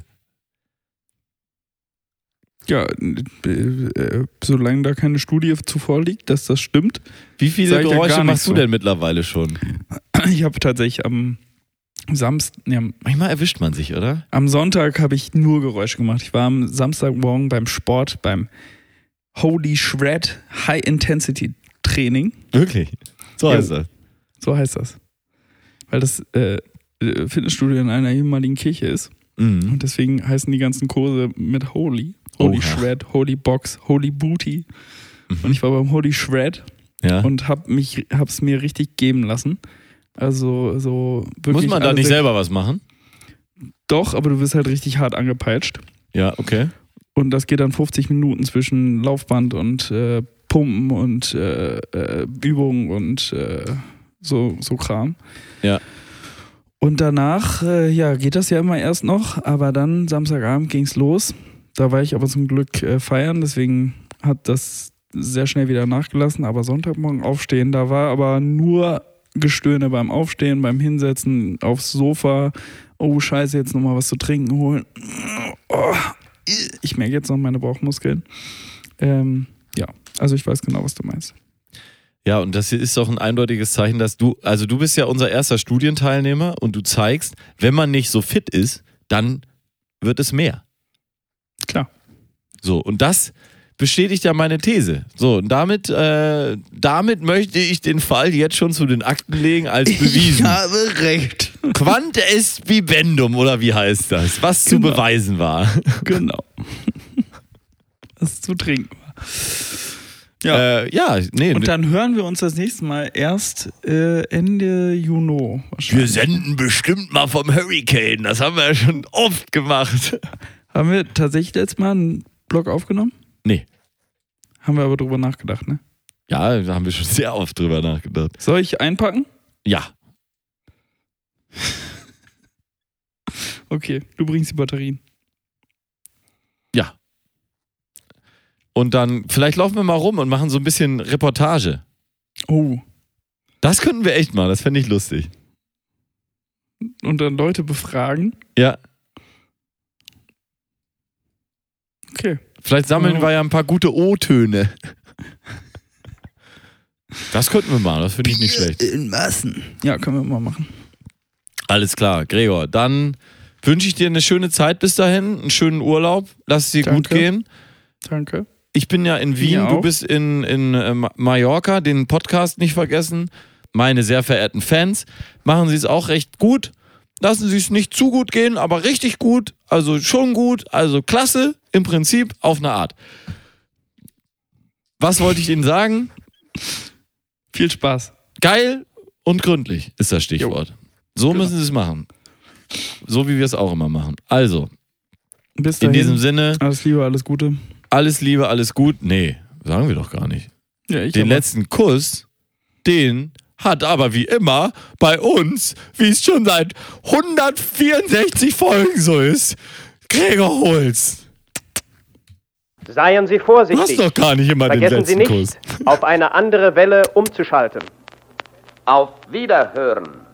Ja, äh, äh, solange da keine Studie zuvor liegt, dass das stimmt. Wie Sag viele ich ja Geräusche gar nicht machst du so. denn mittlerweile schon? Ich habe tatsächlich am Samstag, nee, am, Manchmal erwischt man sich, oder? am Sonntag habe ich nur Geräusche gemacht. Ich war am Samstagmorgen beim Sport, beim Holy Shred High Intensity Training. Wirklich? So Ja. heißt das. So heißt das. Weil das äh, Fitnessstudio in einer ehemaligen Kirche ist. Mhm. Und deswegen heißen die ganzen Kurse mit Holy. Holy Oha. Shred, Holy Box, Holy Booty. Und ich war beim Holy Shred Ja. und hab mich, hab's mir richtig geben lassen. Also so wirklich. Muss man da alles nicht sehr- selber was machen? Doch, aber du wirst halt richtig hart angepeitscht. Ja, okay. Und das geht dann fünfzig Minuten zwischen Laufband und äh, Pumpen und äh, äh, Übungen und äh, so, so Kram. Ja. Und danach, äh, ja, geht das ja immer erst noch, aber dann Samstagabend ging's los. Da war ich aber zum Glück äh, feiern, deswegen hat das sehr schnell wieder nachgelassen. Aber Sonntagmorgen aufstehen, da war aber nur Gestöhne beim Aufstehen, beim Hinsetzen aufs Sofa. Oh, scheiße, jetzt nochmal was zu trinken holen. Oh, ich merke jetzt noch meine Bauchmuskeln. Ähm, ja, also ich weiß genau, was du meinst. Ja, und das hier ist doch ein eindeutiges Zeichen, dass du, also du bist ja unser erster Studienteilnehmer und du zeigst, wenn man nicht so fit ist, dann wird es mehr. Klar. So, und das bestätigt ja meine These. So, und damit, äh, damit möchte ich den Fall jetzt schon zu den Akten legen als bewiesen. habe recht. Quante est bibendum, oder wie heißt das? Was zu Genau. beweisen war. Genau. Was zu trinken war. Ja. Äh, ja, nee. Und dann hören wir uns das nächste Mal erst äh, Ende Juni wir wahrscheinlich. senden bestimmt mal vom Hurricane. Das haben wir ja schon oft gemacht. Haben wir tatsächlich letztes Mal einen Blog aufgenommen? Nee. Haben wir aber drüber nachgedacht, ne? Ja, da haben wir schon sehr oft drüber nachgedacht. Soll ich einpacken? Ja. Okay, du bringst die Batterien. Ja. Und dann, vielleicht laufen wir mal rum und machen so ein bisschen Reportage. Oh. Das könnten wir echt mal, das fände ich lustig. Und dann Leute befragen. Ja. Okay. Vielleicht sammeln Oh. wir ja ein paar gute O-Töne. Das könnten wir machen, das finde ich nicht schlecht. In Massen. Ja, können wir mal machen. Alles klar, Gregor. Dann wünsche ich dir eine schöne Zeit bis dahin, einen schönen Urlaub. Lass es dir gut Danke. gehen. Danke. Ich bin ja in Wien, Mir du auch. bist in, in äh, Mallorca, den Podcast nicht vergessen. Meine sehr verehrten Fans, machen Sie es auch recht gut. Lassen Sie es nicht zu gut gehen, aber richtig gut, also schon gut, also klasse, im Prinzip auf eine Art. Was wollte ich Ihnen sagen? Viel Spaß. Geil und gründlich ist das Stichwort. So Genau. müssen Sie es machen. So wie wir es auch immer machen. Also, Bis in dahin. diesem Sinne, Alles Liebe, alles Gute. alles Liebe, alles gut. Nee, sagen wir doch gar nicht. Ja, ich Den aber- letzten Kuss, den hat aber wie immer bei uns, wie es schon seit hundertvierundsechzig Folgen so ist, Gregor Holz. Seien Sie Du hast vorsichtig. doch gar nicht immer den Vergessen Sie letzten nicht, Kuss. auf eine andere Welle umzuschalten. Auf Wiederhören.